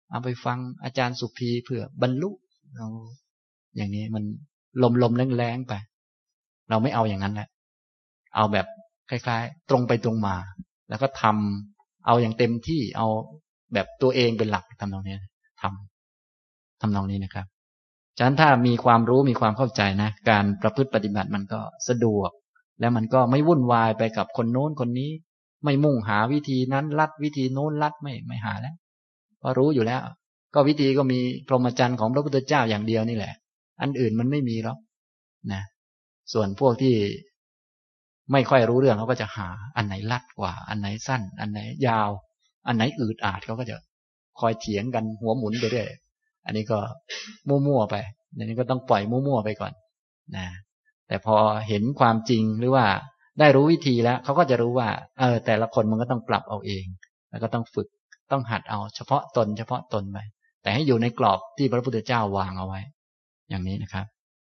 เอาไปฟังอาจารย์สุภีเพื่อบรรลุเราอย่างนี้มันลมแรงๆไปเราไม่เอาอย่างนั้นแหละเอาแบบคล้ายๆตรงไปตรงมาแล้วก็ทำเอาอย่างเต็มที่เอาแบบตัวเองเป็นหลักทำตรงนี้ทำตรงนี้นะครับฉะนั้นถ้ามีความรู้มีความเข้าใจนะการประพฤติปฏิบัติมันก็สะดวกแล้วมันก็ไม่วุ่นวายไปกับคนโน้นคนนี้ไม่มุ่งหาวิธีนั้นลัดวิธีโน้นลัดไม่หาแล้วเพราะรู้อยู่แล้วก็วิธีก็มีพรหมจรรย์ของพระพุทธเจ้าอย่างเดียวนี่แหละอันอื่นมันไม่มีหรอกนะส่วนพวกที่ไม่ค่อยรู้เรื่องเขาก็จะหาอันไหนลัดกว่าอันไหนสั้นอันไหนยาวอันไหนอืดอาดเขาก็จะคอยเถียงกันหัวหมุนไปเรื่อยอันนี้ก็มั่วๆไปอันนี้ก็ต้องปล่อยมั่วๆไปก่อนนะแต่พอเห็นความจริงหรือว่าได้รู้วิธีแล้วเขาก็จะรู้ว่าแต่ละคนมันก็ต้องปรับเอาเองแล้วก็ต้องฝึกต้องหัดเอาเฉพาะตนไปแต่ให้อยู่ในกรอบที่พระพุทธเจ้าวางเอาไว้อย่างนี้นะครับ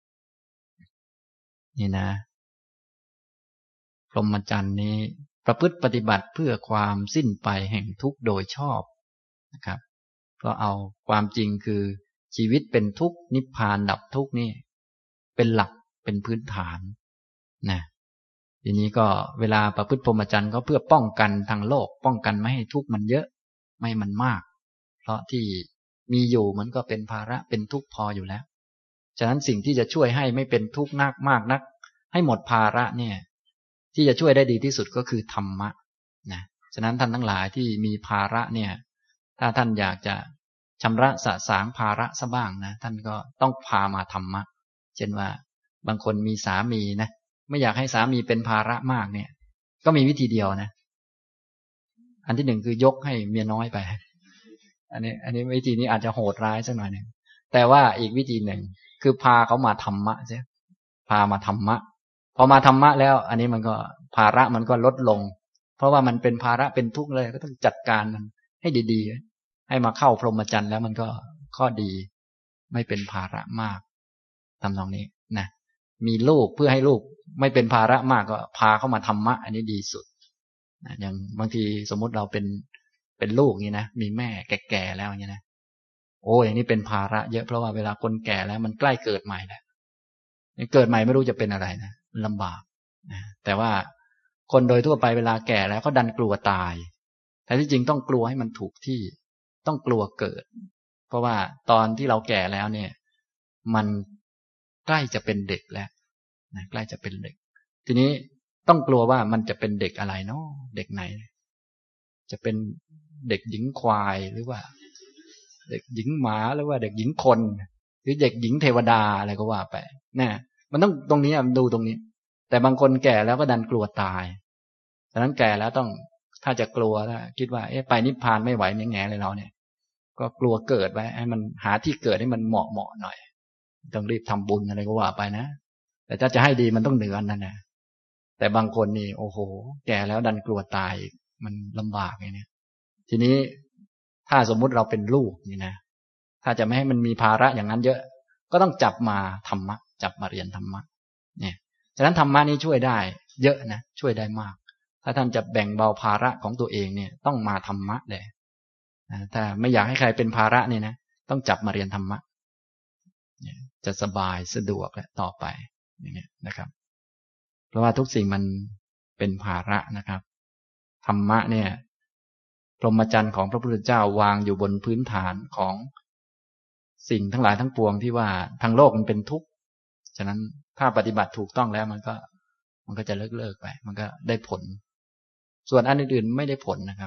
นี่นะพรหมจรรย์นี้ประพฤติปฏิบัติเพื่อความสิ้นไปแห่งทุกข์โดยชอบนะครับก็เอาความจริงคือชีวิตเป็นทุกข์นิพพานดับทุกข์นี่เป็นหลักเป็นพื้นฐานนะทีนี้ก็เวลาประพฤติพรหมจรรย์ก็เพื่อป้องกันทางโลกป้องกันไม่ให้ทุกข์มันเยอะไม่ให้มันมากเพราะที่มีอยู่มันก็เป็นภาระเป็นทุกข์พออยู่แล้วฉะนั้นสิ่งที่จะช่วยให้ไม่เป็นทุกข์มากนักให้หมดภาระเนี่ยที่จะช่วยได้ดีที่สุดก็คือธรรมะนะฉะนั้นท่านทั้งหลายที่มีภาระเนี่ยถ้าท่านอยากจะชำระสะสางภาระซะบ้างนะท่านก็ต้องพามาธรรมะเช่นว่าบางคนมีสามีนะไม่อยากให้สามีเป็นภาระมากเนี่ยก็มีวิธีเดียวนะอันที่หนึ่งคือยกให้เมียน้อยไปอันนี้วิธีนี้อาจจะโหดร้ายสักหน่อยหนึ่งแต่ว่าอีกวิธีหนึ่งคือพาเขามาธรรมะใช่พามาธรรมะพอมาธรรมะแล้วอันนี้มันก็ภาระมันก็ลดลงเพราะว่ามันเป็นภาระเป็นทุกข์เลยก็ต้องจัดการมันให้ดีๆให้มาเข้าพรหมจรรย์แล้วมันก็ข้อดีไม่เป็นภาระมากทำตรงนี้นะมีลูกเพื่อให้ลูกไม่เป็นภาระมากก็พาเข้ามาธรรมะอันนี้ดีสุดนะอย่างบางทีสมมุติเราเป็นลูกอย่างนี้นะมีแม่แก่ๆแล้วอย่างนี้นะโอ้ยอย่างนี้เป็นภาระเยอะเพราะว่าเวลาคนแก่แล้วมันใกล้เกิดใหม่แล้วเกิดใหม่ไม่รู้จะเป็นอะไรนะลำบากนะแต่ว่าคนโดยทั่วไปเวลาแก่แล้วก็ดันกลัวตายแต่ที่จริงต้องกลัวให้มันถูกที่ต้องกลัวเกิดเพราะว่าตอนที่เราแก่แล้วเนี่ยมันใกล้จะเป็นเด็กแล้วนะใกล้จะเป็นเด็กทีนี้ต้องกลัวว่ามันจะเป็นเด็กอะไรเนาะเด็กไหนจะเป็นเด็กหญิงควายหรือว่าเด็กหญิงหมาหรือว่าเด็กหญิงคนหรือเด็กหญิงเทวดาอะไรก็ว่าไปนะมันต้องตรงนี้ดูตรงนี้แต่บางคนแก่แล้วก็ดันกลัวตายฉะนั้นแก่แล้วต้องถ้าจะกลัวถ้าคิดว่าไปนิพพานไม่ไหวแง่ๆเลยเราเนี่ยก็กลัวเกิดไว้ให้มันหาที่เกิดให้มันเหมาะหน่อยต้องรีบทำบุญอะไรก็ว่าไปนะแต่ถ้าจะให้ดีมันต้องเหนือนั่นนะแต่บางคนนี่โอ้โหแก่แล้วดันกลัวตายมันลำบากไงเนี่ยทีนี้ถ้าสมมุติเราเป็นลูกนี่นะถ้าจะไม่ให้มันมีภาระอย่างนั้นเยอะก็ต้องจับมาธรรมะจับมาเรียนธรรมะเนี่ยฉะนั้นธรรมะนี้ช่วยได้เยอะนะช่วยได้มากถ้าท่านจะแบ่งเบาภาระของตัวเองเนี่ยต้องมาธรรมะเลยถ้าไม่อยากให้ใครเป็นภาระเนี่ยนะต้องจับมาเรียนธรรมะจะสบายสะดวกและต่อไปอย่างนี้นะครับเพราะว่าทุกสิ่งมันเป็นภาระนะครับธรรมะเนี่ยพรหมจรรย์ของพระพุทธเจ้าวางอยู่บนพื้นฐานของสิ่งทั้งหลายทั้งปวงที่ว่าทางโลกมันเป็นทุกข์ฉะนั้นถ้าปฏิบัติถูกต้องแล้วมันก็จะเลิกไปมันก็ได้ผลส่วนอันอื่นๆไม่ได้ผลนะครับ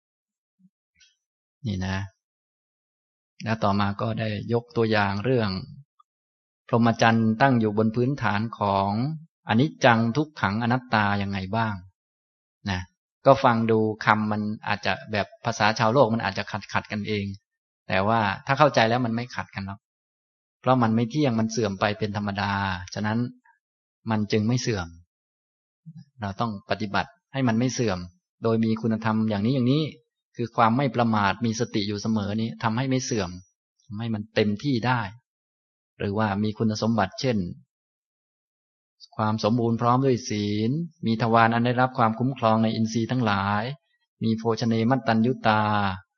นี่นะแล้วต่อมาก็ได้ยกตัวอย่างเรื่องพรหมจรรย์ตั้งอยู่บนพื้นฐานของอนิจจังทุกขังอนัตตายังไงบ้างนะก็ฟังดูคำมันอาจจะแบบภาษาชาวโลกมันอาจจะขัดกันเองแต่ว่าถ้าเข้าใจแล้วมันไม่ขัดกันหรอกเพราะมันไม่เที่ยงมันเสื่อมไปเป็นธรรมดาฉะนั้นมันจึงไม่เสื่อมเราต้องปฏิบัติให้มันไม่เสื่อมโดยมีคุณธรรมอย่างนี้คือความไม่ประมาทมีสติอยู่เสมอนี้ทำให้ไม่เสื่อมทำให้มันเต็มที่ได้หรือว่ามีคุณสมบัติเช่นความสมบูรณ์พร้อมด้วยศีลมีทวารอันได้รับความคุ้มครองในอินทรีย์ทั้งหลายมีโภชเนมัตตัญญุตา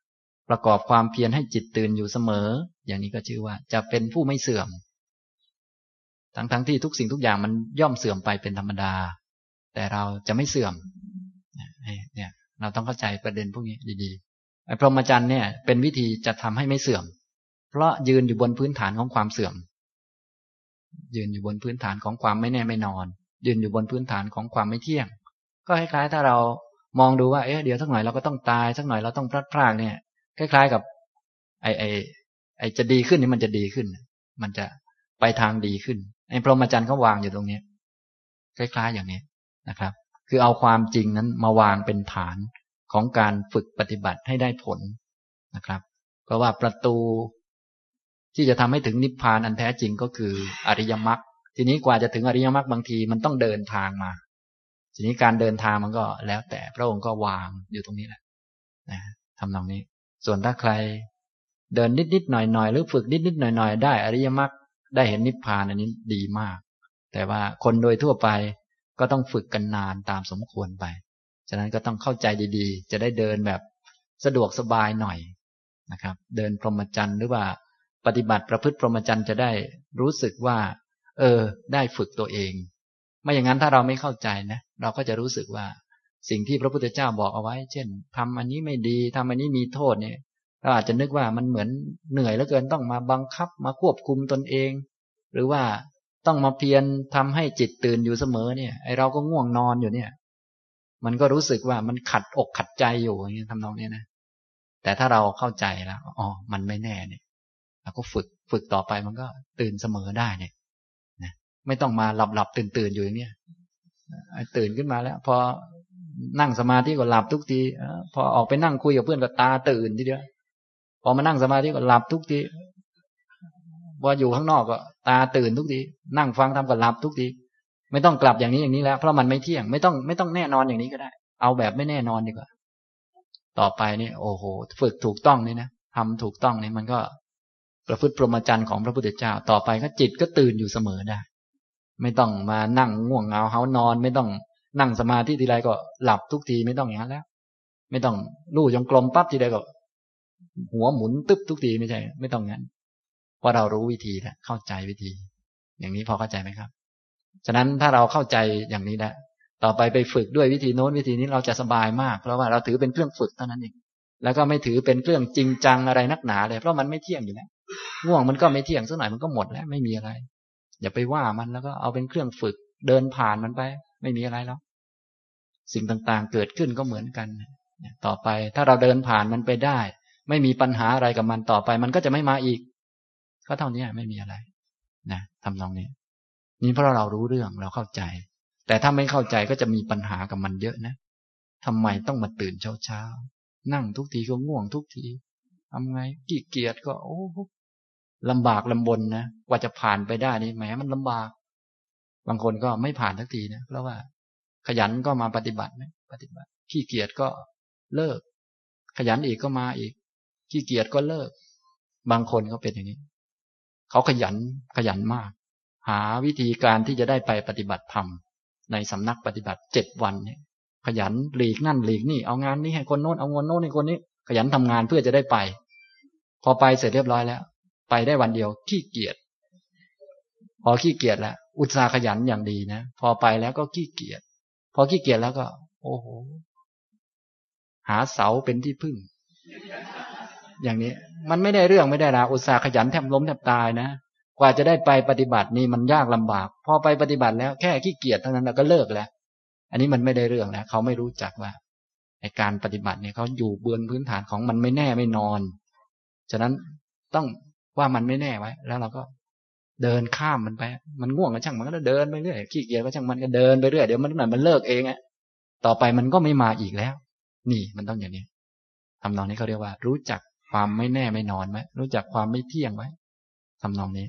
ประกอบความเพียรให้จิตตื่นอยู่เสมออย่างนี้ก็ชื่อว่าจะเป็นผู้ไม่เสื่อมทั้งที่ทุกสิ่งทุกอย่างมันย่อมเสื่อมไปเป็นธรรมดาแต่เราจะไม่เสื่อมเนี่ยเราต้องเข้าใจประเด็นพวกนี้ดีๆไอ้พรหมจรรย์เนี่ยเป็นวิธีจะทำให้ไม่เสื่อมเพราะยืนอยู่บนพื้นฐานของความเสื่อมยืนอยู่บนพื้นฐานของความไม่แน่ไม่นอนยืนอยู่บนพื้นฐานของความไม่เที่ยงก็คล้ายๆถ้าเรามองดูว่าเดี๋ยวสักหน่อยเราก็ต้องตายสักหน่อยเราต้องพลัดพรากเนี่ยคล้ายๆกับไอ้จะดีขึ้นนี่มันจะดีขึ้นมันจะไปทางดีขึ้นไอ้พรหมจรรย์เขาวางอยู่ตรงนี้คล้ายๆอย่างนี้นะครับคือเอาความจริงนั้นมาวางเป็นฐานของการฝึกปฏิบัติให้ได้ผลนะครับเพราะว่าประตูที่จะทำให้ถึงนิพพานอันแท้จริงก็คืออริยมรรคทีนี้กว่าจะถึงอริยมรรคบางทีมันต้องเดินทางมาทีนี้การเดินทางมันก็แล้วแต่พระองค์ก็วางอยู่ตรงนี้แหละนะทำตรงนี้ส่วนถ้าใครเดินนิดๆหน่อยๆหรือฝึกนิดๆหน่อยๆได้อริยมรรคได้เห็นนิพพานอันนี้ดีมากแต่ว่าคนโดยทั่วไปก็ต้องฝึกกันนานตามสมควรไปฉะนั้นก็ต้องเข้าใจดีๆจะได้เดินแบบสะดวกสบายหน่อยนะครับเดินพรหมจรรย์หรือว่าปฏิบัติประพฤติพรหมจรรย์จะได้รู้สึกว่าได้ฝึกตัวเองไม่อย่างนั้นถ้าเราไม่เข้าใจนะเราก็จะรู้สึกว่าสิ่งที่พระพุทธเจ้าบอกเอาไว้เช่นทำอันนี้ไม่ดีทำอันนี้มีโทษเนี่ยเราอาจจะนึกว่ามันเหมือนเหนื่อยเหลือเกินต้องมาบังคับมาควบคุมตนเองหรือว่าต้องมาเพียรทำให้จิตตื่นอยู่เสมอเนี่ยไอเราก็ง่วงนอนอยู่เนี่ยมันก็รู้สึกว่ามันขัดอกขัดใจอยู่อย่างนี้ทำนองนี้นะแต่ถ้าเราเข้าใจแล้วมันไม่แน่เนี่ยเราก็ฝึกต่อไปมันก็ตื่นเสมอได้เนี่ยนะไม่ต้องมาหลับตื่นอยู่อย่างเนี้ยตื่นขึ้นมาแล้วพอนั่งสมาธิก็หลับทุกทีพอออกไปนั่งคุยกับเพื่อนก็ตาตื่นทีเดียวพอมานั่งสมาธิก็หลับทุกทีพออยู่ข้างนอกก็ตาตื่นทุกทีนั่งฟังทำก็หลับทุกทีไม่ต้องกลับอย่างนี้แล้วเพราะมันไม่เที่ยงไม่ต้องแน่นอนอย่างนี้ก็ได้เอาแบบไม่แน่นอนดีกว่าต่อไปนี่โอ้โหฝึกถูกต้องนี่นะทำถูกต้องนี่มันก็ประพฤติพรหมจรรย์ของพระพุทธเจ้าต่อไปก็จิตก็ตื่นอยู่เสมอได้ไม่ต้องมานั่งง่วงเหงาเฮานอนไม่ต้องนั่งสมาธิทีไรก็หลับทุกทีไม่ต้องอย่างนั้นแล้วไม่ต้องลู่จงกรมปั๊บทีใดก็หัวหมุนตึ๊บทุกทีไม่ใช่ไม่ต้องงั้นเพราะเรารู้วิธีแล้วเข้าใจวิธีอย่างนี้พอเข้าใจไหมครับฉะนั้นถ้าเราเข้าใจอย่างนี้แล้วต่อไปฝึกด้วยวิธีโน้นวิธีนี้เราจะสบายมากเพราะว่าเราถือเป็นเครื่องฝึกเท่านั้นเองแล้วก็ไม่ถือเป็นเครื่องจริงจังอะไรนักหนาเลยเพราะมันไม่เที่ยงอยู่แล้วง่วงมันก็ไม่เที่ยงสักหน่อยมันก็หมดแล้วไม่มีอะไรอย่าไปว่ามันแล้วก็เอาเป็นเครื่องฝึกเดินผ่านมันไปไม่มีอะไรแล้วสิ่งต่างๆเกิดขึ้นก็เหมือนกันต่อไปถ้าเราเดินผ่านมันไปได้ไม่มีปัญหาอะไรกับมันต่อไปมันก็จะไม่มาอีกก็เท่านี้ไม่มีอะไรนะทำนองนี้นี่เพราะเรารู้เรื่องเราเข้าใจแต่ถ้าไม่เข้าใจก็จะมีปัญหากับมันเยอะนะทำไมต้องมาตื่นเช้านั่งทุกทีก็ง่วงทุกทีทำไงขี้เกียจก็ลำบากลำบนนะกว่าจะผ่านไปได้นี่แหมมันลำบากบางคนก็ไม่ผ่านสักทีนะเพราะว่าขยันก็มาปฏิบัตินะปฏิบัติขี้เกียจก็เลิกขยันอีกก็มาอีกขี้เกียจก็เลิกบางคนก็เป็นอย่างนี้เขาขยันมากหาวิธีการที่จะได้ไปปฏิบัติธรรมในสำนักปฏิบัติ7 วันเนี่ยขยันหลีกนั่นหลีกนี่เอางานนี้ให้คนโน้นเอางานโน้นให้คนนี้ขยันทำงานเพื่อจะได้ไปพอไปเสร็จเรียบร้อยแล้วไปได้วันเดียวขี้เกียจพอขี้เกียจแล้วอุตส่าห์ขยันอย่างดีนะพอไปแล้วก็ขี้เกียจพอขี้เกียจแล้วก็โอ้โหหาเสาเป็นที่พึ่งอย่างนี้มันไม่ได้เรื่องไม่ได้ราวอุตส่าห์ขยันแทบล้มแทบตายนะกว่าจะได้ไปปฏิบัตินี่มันยากลำบากพอไปปฏิบัติแล้วแค่ขี้เกียจเท่านั้นเราก็เลิกแล้วอันนี้มันไม่ได้เรื่องแล้วเขาไม่รู้จักว่าในการปฏิบัติเนี่ยเขาอยู่บนพื้นฐานของมันไม่แน่ไม่นอนฉะนั้นต้องว่ามันไม่แน่ไว้แล้วเราก็เดินข้ามมันไปมันง่วงก็ช่างมันก็เดินไปเรื่อยขี้เกียจก็ช่างมันก็เดินไปเรื่อยเดี๋ยวมันหน่อยมันเลิกเองอ่ะต่อไปมันก็ไม่มาอีกแล้วนี่มันต้องอย่างนี้ทำนองนี้เขาเรียกว่ารู้จักความไม่แน่ไม่นอนไหมรู้จักความไม่เที่ยงไว้ทำนองนี้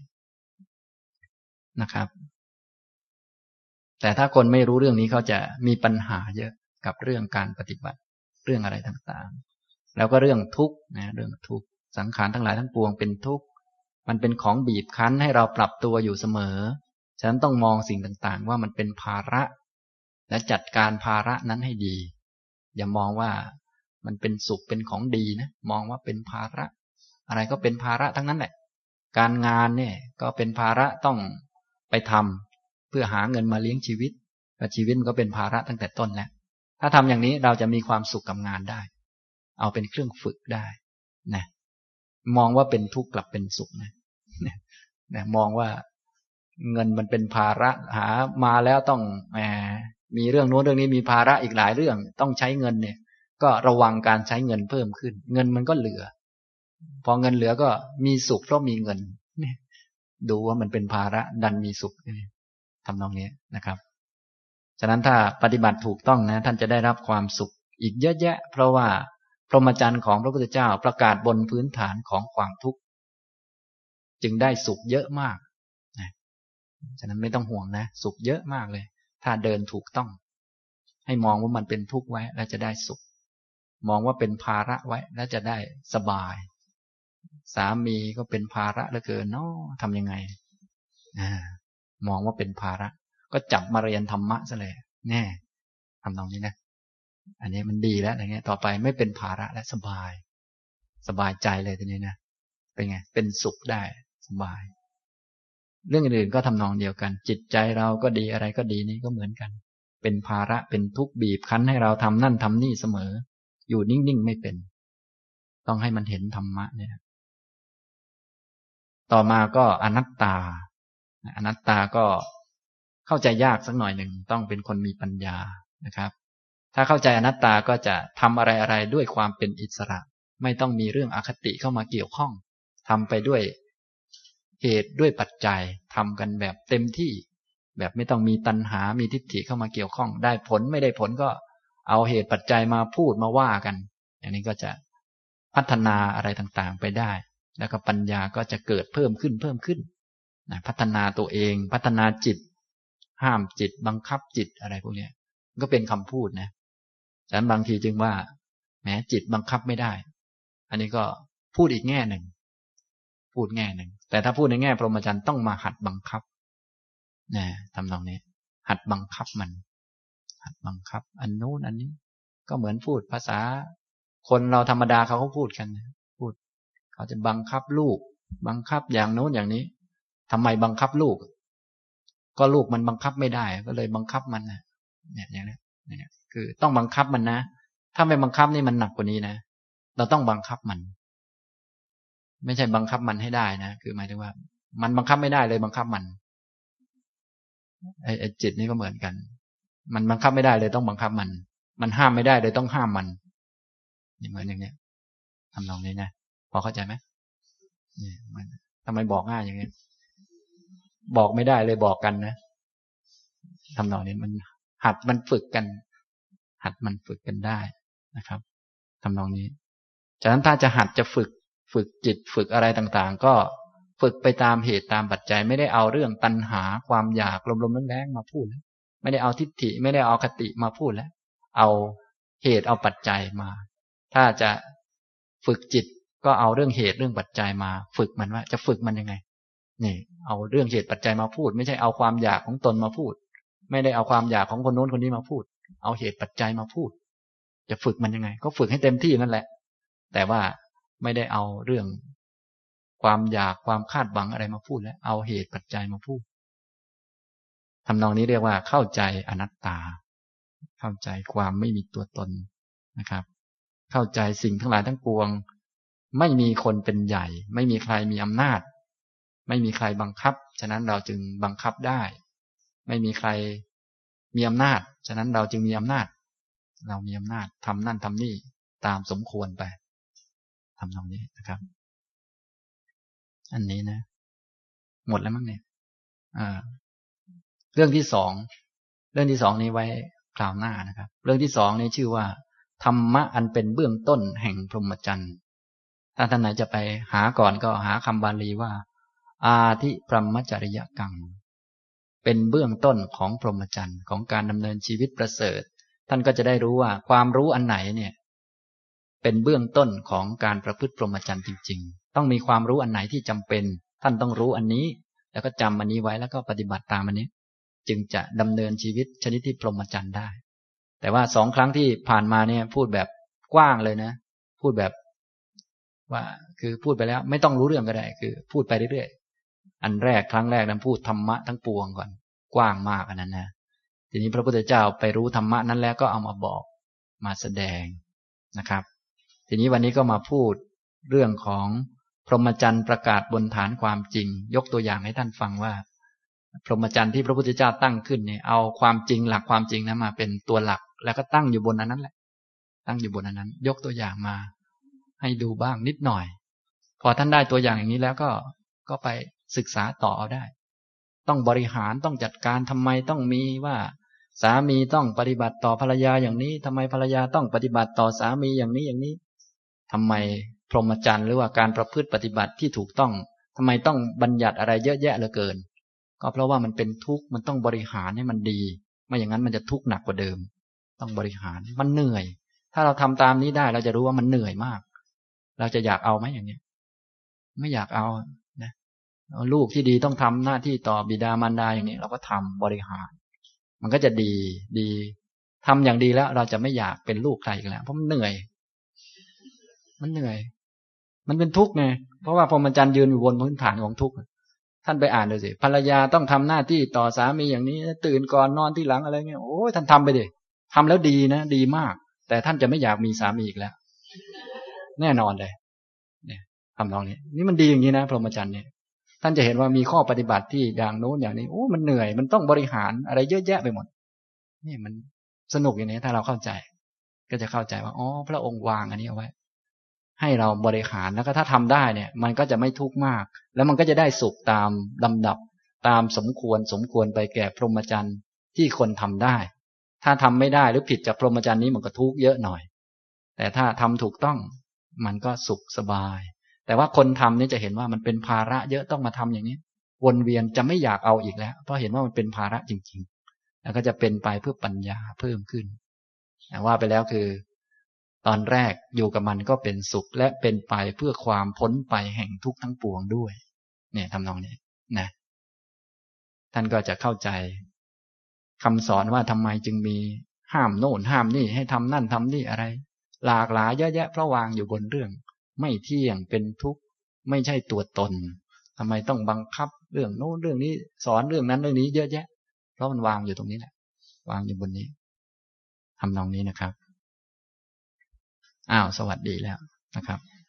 นะครับแต่ถ้าคนไม่รู้เรื่องนี้เขาจะมีปัญหาเยอะกับเรื่องการปฏิบัติเรื่องอะไรต่างๆแล้วก็เรื่องทุกข์นะเรื่องทุกข์สังขารทั้งหลายทั้งปวงเป็นทุกข์มันเป็นของบีบคั้นให้เราปรับตัวอยู่เสมอฉะนั้นต้องมองสิ่งต่างๆว่ามันเป็นภาระและจัดการภาระนั้นให้ดีอย่ามองว่ามันเป็นสุขเป็นของดีนะมองว่าเป็นภาระอะไรก็เป็นภาระทั้งนั้นแหละการงานเนี่ยก็เป็นภาระต้องไปทำเพื่อหาเงินมาเลี้ยงชีวิตชีวิตมันก็เป็นภาระตั้งแต่ต้นแล้วถ้าทำอย่างนี้เราจะมีความสุขกับงานได้เอาเป็นเครื่องฝึกได้นะมองว่าเป็นทุกข์กลับเป็นสุขนะมองว่าเงินมันเป็นภาระหามาแล้วต้องมีเรื่องโน้นเรื่องนี้มีภาระอีกหลายเรื่องต้องใช้เงินเนี่ยก็ระวังการใช้เงินเพิ่มขึ้นเงินมันก็เหลือพอเงินเหลือก็มีสุขเพราะมีเงินดูว่ามันเป็นภาระดันมีสุขทำนองนี้นะครับฉะนั้นถ้าปฏิบัติถูกต้องนะท่านจะได้รับความสุขอีกเยอะแยะเพราะว่าพรหมจรรย์ของพระพุทธเจ้าประกาศบนพื้นฐานของความทุกข์จึงได้สุขเยอะมากนะฉะนั้นไม่ต้องห่วงนะสุขเยอะมากเลยถ้าเดินถูกต้องให้มองว่ามันเป็นทุกข์ไว้แล้วจะได้สุขมองว่าเป็นภาระไว้แล้วจะได้สบายสามีก็เป็นภาระเหลือเกินเนาะทำยังไงมองว่าเป็นภาระก็จับมาเรียนธรรมะซะเลยแน่ทำตรงนี้นะอันนี้มันดีแล้วอย่างเงี้ยต่อไปไม่เป็นภาระและสบายใจเลยทีนี้นะเป็นไงเป็นสุขได้สบายเรื่องอื่นก็ทำนองเดียวกันจิตใจเราก็ดีอะไรก็ดีนี่ก็เหมือนกันเป็นภาระเป็นทุกข์บีบคั้นให้เราทำนั่นทำนี่เสมออยู่นิ่งๆไม่เป็นต้องให้มันเห็นธรรมะเนี่ยต่อมาก็อนัตตาก็เข้าใจยากสักหน่อยหนึ่งต้องเป็นคนมีปัญญานะครับถ้าเข้าใจอนัตตาก็จะทำอะไรๆด้วยความเป็นอิสระไม่ต้องมีเรื่องอคติเข้ามาเกี่ยวข้องทำไปด้วยเหตุด้วยปัจจัยทำกันแบบเต็มที่แบบไม่ต้องมีตัณหามีทิฏฐิเข้ามาเกี่ยวข้องได้ผลไม่ได้ผลก็เอาเหตุปัจจัยมาพูดมาว่ากันอย่างนี้ก็จะพัฒนาอะไรต่างๆไปได้แล้วก็ปัญญาก็จะเกิดเพิ่มขึ้นนะพัฒนาตัวเองพัฒนาจิตห้ามจิตบังคับจิตอะไรพวกนี้ก็เป็นคำพูดนะฉะนั้นบางทีจึงว่าแม้จิตบังคับไม่ได้อันนี้ก็พูดอีกแง่หนึ่งแต่ถ้าพูดในแง่พรหมจรรย์ต้องมาหัดบังคับนะทำตรงนี้หัดบังคับมันหัดบังคับอันโน้นอันนี้ก็เหมือนพูดภาษาคนเราธรรมดาเขาก็พูดกันพูดเขาจะบังคับลูกบังคับอย่างโน้นอย่างนี้ทำไมบังคับลูกก็ลูกมันบังคับไม่ได้ก็เลยบังคับมันนะเนี่ยอย่างนี้เนี่ยคือต้องบังคับมันนะถ้าไม่บังคับนี่มันหนักกว่านี้นะเราต้องบังคับมันไม่ใช่บังคับมันให้ได้นะคือหมายถึงว่ามันบังคับไม่ได้เลยบังคับมันไอ้จิตนี่ก็เหมือนกันมันบังคับไม่ได้เลยต้องบังคับมันห้ามไม่ได้เลยต้องห้ามมันนี่เหมือนอย่างเนี้ยทำนองนี้นะพอเข้าใจไหมนี่มันทำไมบอกง่ายอย่างนี้บอกไม่ได้เลยบอกกันนะทำนองนี้มันหัดมันฝึกกันได้นะครับทำนองนี้ฉะนั้นถ้าจะหัดจะฝึกจิตฝึกอะไรต่างๆก็ฝึกไปตามเหตุตามปัจจัยไม่ได้เอาเรื่องตัณหาความอยากลมๆแรงๆมาพูดไม่ได้เอาทิฏฐิไม่ได้เอาคติมาพูดแล้วเอาเหตุเอาปัจจัยมาถ้าจะฝึกจิตก็เอาเรื่องเหตุเรื่องปัจจัยมาฝึกมันว่าจะฝึกมันยังไงนี่เอาเรื่องเหตุปัจจัยมาพูดไม่ใช่เอาความอยากของตนมาพูดไม่ได้เอาความอยากของคนโน้นคนนี้มาพูดเอาเหตุปัจจัยมาพูดจะฝึกมันยังไงก็ฝึกให้เต็มที่นั่นแหละแต่ว่าไม่ได้เอาเรื่องความอยากความคาดหวังอะไรมาพูดแล้วเอาเหตุปัจจัยมาพูดทำนองนี้เรียกว่าเข้าใจอนัตตาเข้าใจความไม่มีตัวตนนะครับเข้าใจสิ่งทั้งหลายทั้งปวงไม่มีคนเป็นใหญ่ไม่มีใครมีอำนาจไม่มีใครบังคับฉะนั้นเราจึงบังคับได้ไม่มีใครมีอำนาจฉะนั้นเราจึงมีอำนาจเรามีอำนาจทำนั่นทำนี่ตามสมควรไปทำตรงนี้นะครับอันนี้นะหมดแล้วมั้งเนี่ยเรื่องที่สองนี้ไว้คราวหน้านะครับเรื่องที่สองนี้ชื่อว่าธรรมะอันเป็นเบื้องต้นแห่งพรหมจรรย์ถ้าท่านไหนจะไปหาก่อนก็หาคำบาลีว่าอาทิพรหมจริยกังเป็นเบื้องต้นของพรหมจรรย์ของการดำเนินชีวิตประเสริฐท่านก็จะได้รู้ว่าความรู้อันไหนเนี่ยเป็นเบื้องต้นของการประพฤติพรหมจรรย์จริงๆต้องมีความรู้อันไหนที่จำเป็นท่านต้องรู้อันนี้แล้วก็จำอันนี้ไว้แล้วก็ปฏิบัติตามอันนี้จึงจะดำเนินชีวิตชนิดที่พรหมจรรย์ได้แต่ว่า2 ครั้งที่ผ่านมาเนี่ยพูดแบบกว้างเลยนะพูดแบบว่าคือพูดไปแล้วไม่ต้องรู้เรื่องก็ได้คือพูดไปเรื่อยๆอันแรกครั้งแรกนั้นพูดธรรมะทั้งปวงก่อนกว้างมากอันนั้นนะทีนี้พระพุทธเจ้าไปรู้ธรรมะนั้นแล้วก็เอามาบอกมาแสดงนะครับทีนี้วันนี้ก็มาพูดเรื่องของพรหมจรรย์ประกาศบนฐานความจริงยกตัวอย่างให้ท่านฟังว่าพรหมจรรย์ที่พระพุทธเจ้าตั้งขึ้นเนี่ยเอาความจริงหลักความจริงนั้นมาเป็นตัวหลักแล้วก็ตั้งอยู่บนอันนั้นแหละตั้งอยู่บนอันนั้นยกตัวอย่างมาให้ดูบ้างนิดหน่อยพอท่านได้ตัวอย่างอย่างนี้แล้วก็ไปศึกษาต่อเอาได้ต้องบริหารต้องจัดการทำไมต้องมีว่าสามีต้องปฏิบัติต่อภรรยาอย่างนี้ทำไมภรรยาต้องปฏิบัติต่อสามีอย่างนี้อย่างนี้ทำไมพรหมจรรย์หรือว่าการประพฤติปฏิบัติที่ถูกต้องทำไมต้องบัญญัติอะไรเยอะแยะเหลือเกินก็เพราะว่ามันเป็นทุกข์มันต้องบริหารให้มันดีไม่อย่างนั้นมันจะทุกข์หนักกว่าเดิมต้องบริหารมันเหนื่อยถ้าเราทำตามนี้ได้เราจะรู้ว่ามันเหนื่อยมากเราจะอยากเอาไหมอย่างนี้ไม่อยากเอานะลูกที่ดีต้องทำหน้าที่ต่อบิดามารดาอย่างนี้เราก็ทำบริหารมันก็จะดีทำอย่างดีแล้วเราจะไม่อยากเป็นลูกใครอีกแล้วเพราะมันเหนื่อยมันเป็นทุกข์ไงเพราะว่าพรหมจรรย์ยืนอยู่บนพื้นฐานของทุกข์ท่านไปอ่านดูสิภรรยาต้องทำหน้าที่ต่อสามีอย่างนี้ตื่นก่อนนอนที่หลังอะไรเงี้ยโอ้ยท่านทำไปดิทำแล้วดีนะดีมากแต่ท่านจะไม่อยากมีสามีอีกแล้วแน่นอนเลยเนี่ยทำนองนี้นี่มันดีอย่างนี้นะพรหมจรรย์เนี่ยท่านจะเห็นว่ามีข้อปฏิบัติที่อย่างโน้นอย่างนี้โอ้มันเหนื่อยมันต้องบริหารอะไรเยอะแยะไปหมดนี่มันสนุกอย่างนี้ถ้าเราเข้าใจก็จะเข้าใจว่าอ๋อพระองค์วางอันนี้เอาไว้ให้เราบริหารแล้วก็ถ้าทำได้เนี่ยมันก็จะไม่ทุกข์มากแล้วมันก็จะได้สุขตามลำดับตามสมควรไปแก่พรหมจรรย์ที่คนทำได้ถ้าทำไม่ได้หรือผิดจากพรหมจรรย์นี้มันก็ทุกข์เยอะหน่อยแต่ถ้าทำถูกต้องมันก็สุขสบายแต่ว่าคนทำนี่จะเห็นว่ามันเป็นภาระเยอะต้องมาทำอย่างนี้วนเวียนจะไม่อยากเอาอีกแล้วเพราะเห็นว่ามันเป็นภาระจริงๆแล้วก็จะเป็นไปเพื่อปัญญาเพิ่มขึ้นว่าไปแล้วคือตอนแรกอยู่กับมันก็เป็นสุขและเป็นไปเพื่อความพ้นไปแห่งทุกข์ทั้งปวงด้วยเนี่ยทำนองนี้นะท่านก็จะเข้าใจคำสอนว่าทำไมจึงมีห้ามโน่นห้ามนี่ให้ทำนั่นทำนี่อะไรหลากหลายเยอะแยะเพราะวางอยู่บนเรื่องไม่เที่ยงเป็นทุกข์ไม่ใช่ตัวตนทำไมต้องบังคับเรื่องโน้นเรื่องนี้สอนเรื่องนั้นเรื่องนี้เยอะแยะเพราะมันวางอยู่ตรงนี้แหละวางอยู่บนนี้ทำนองนี้นะครับอ้าวสวัสดีแล้วนะครับ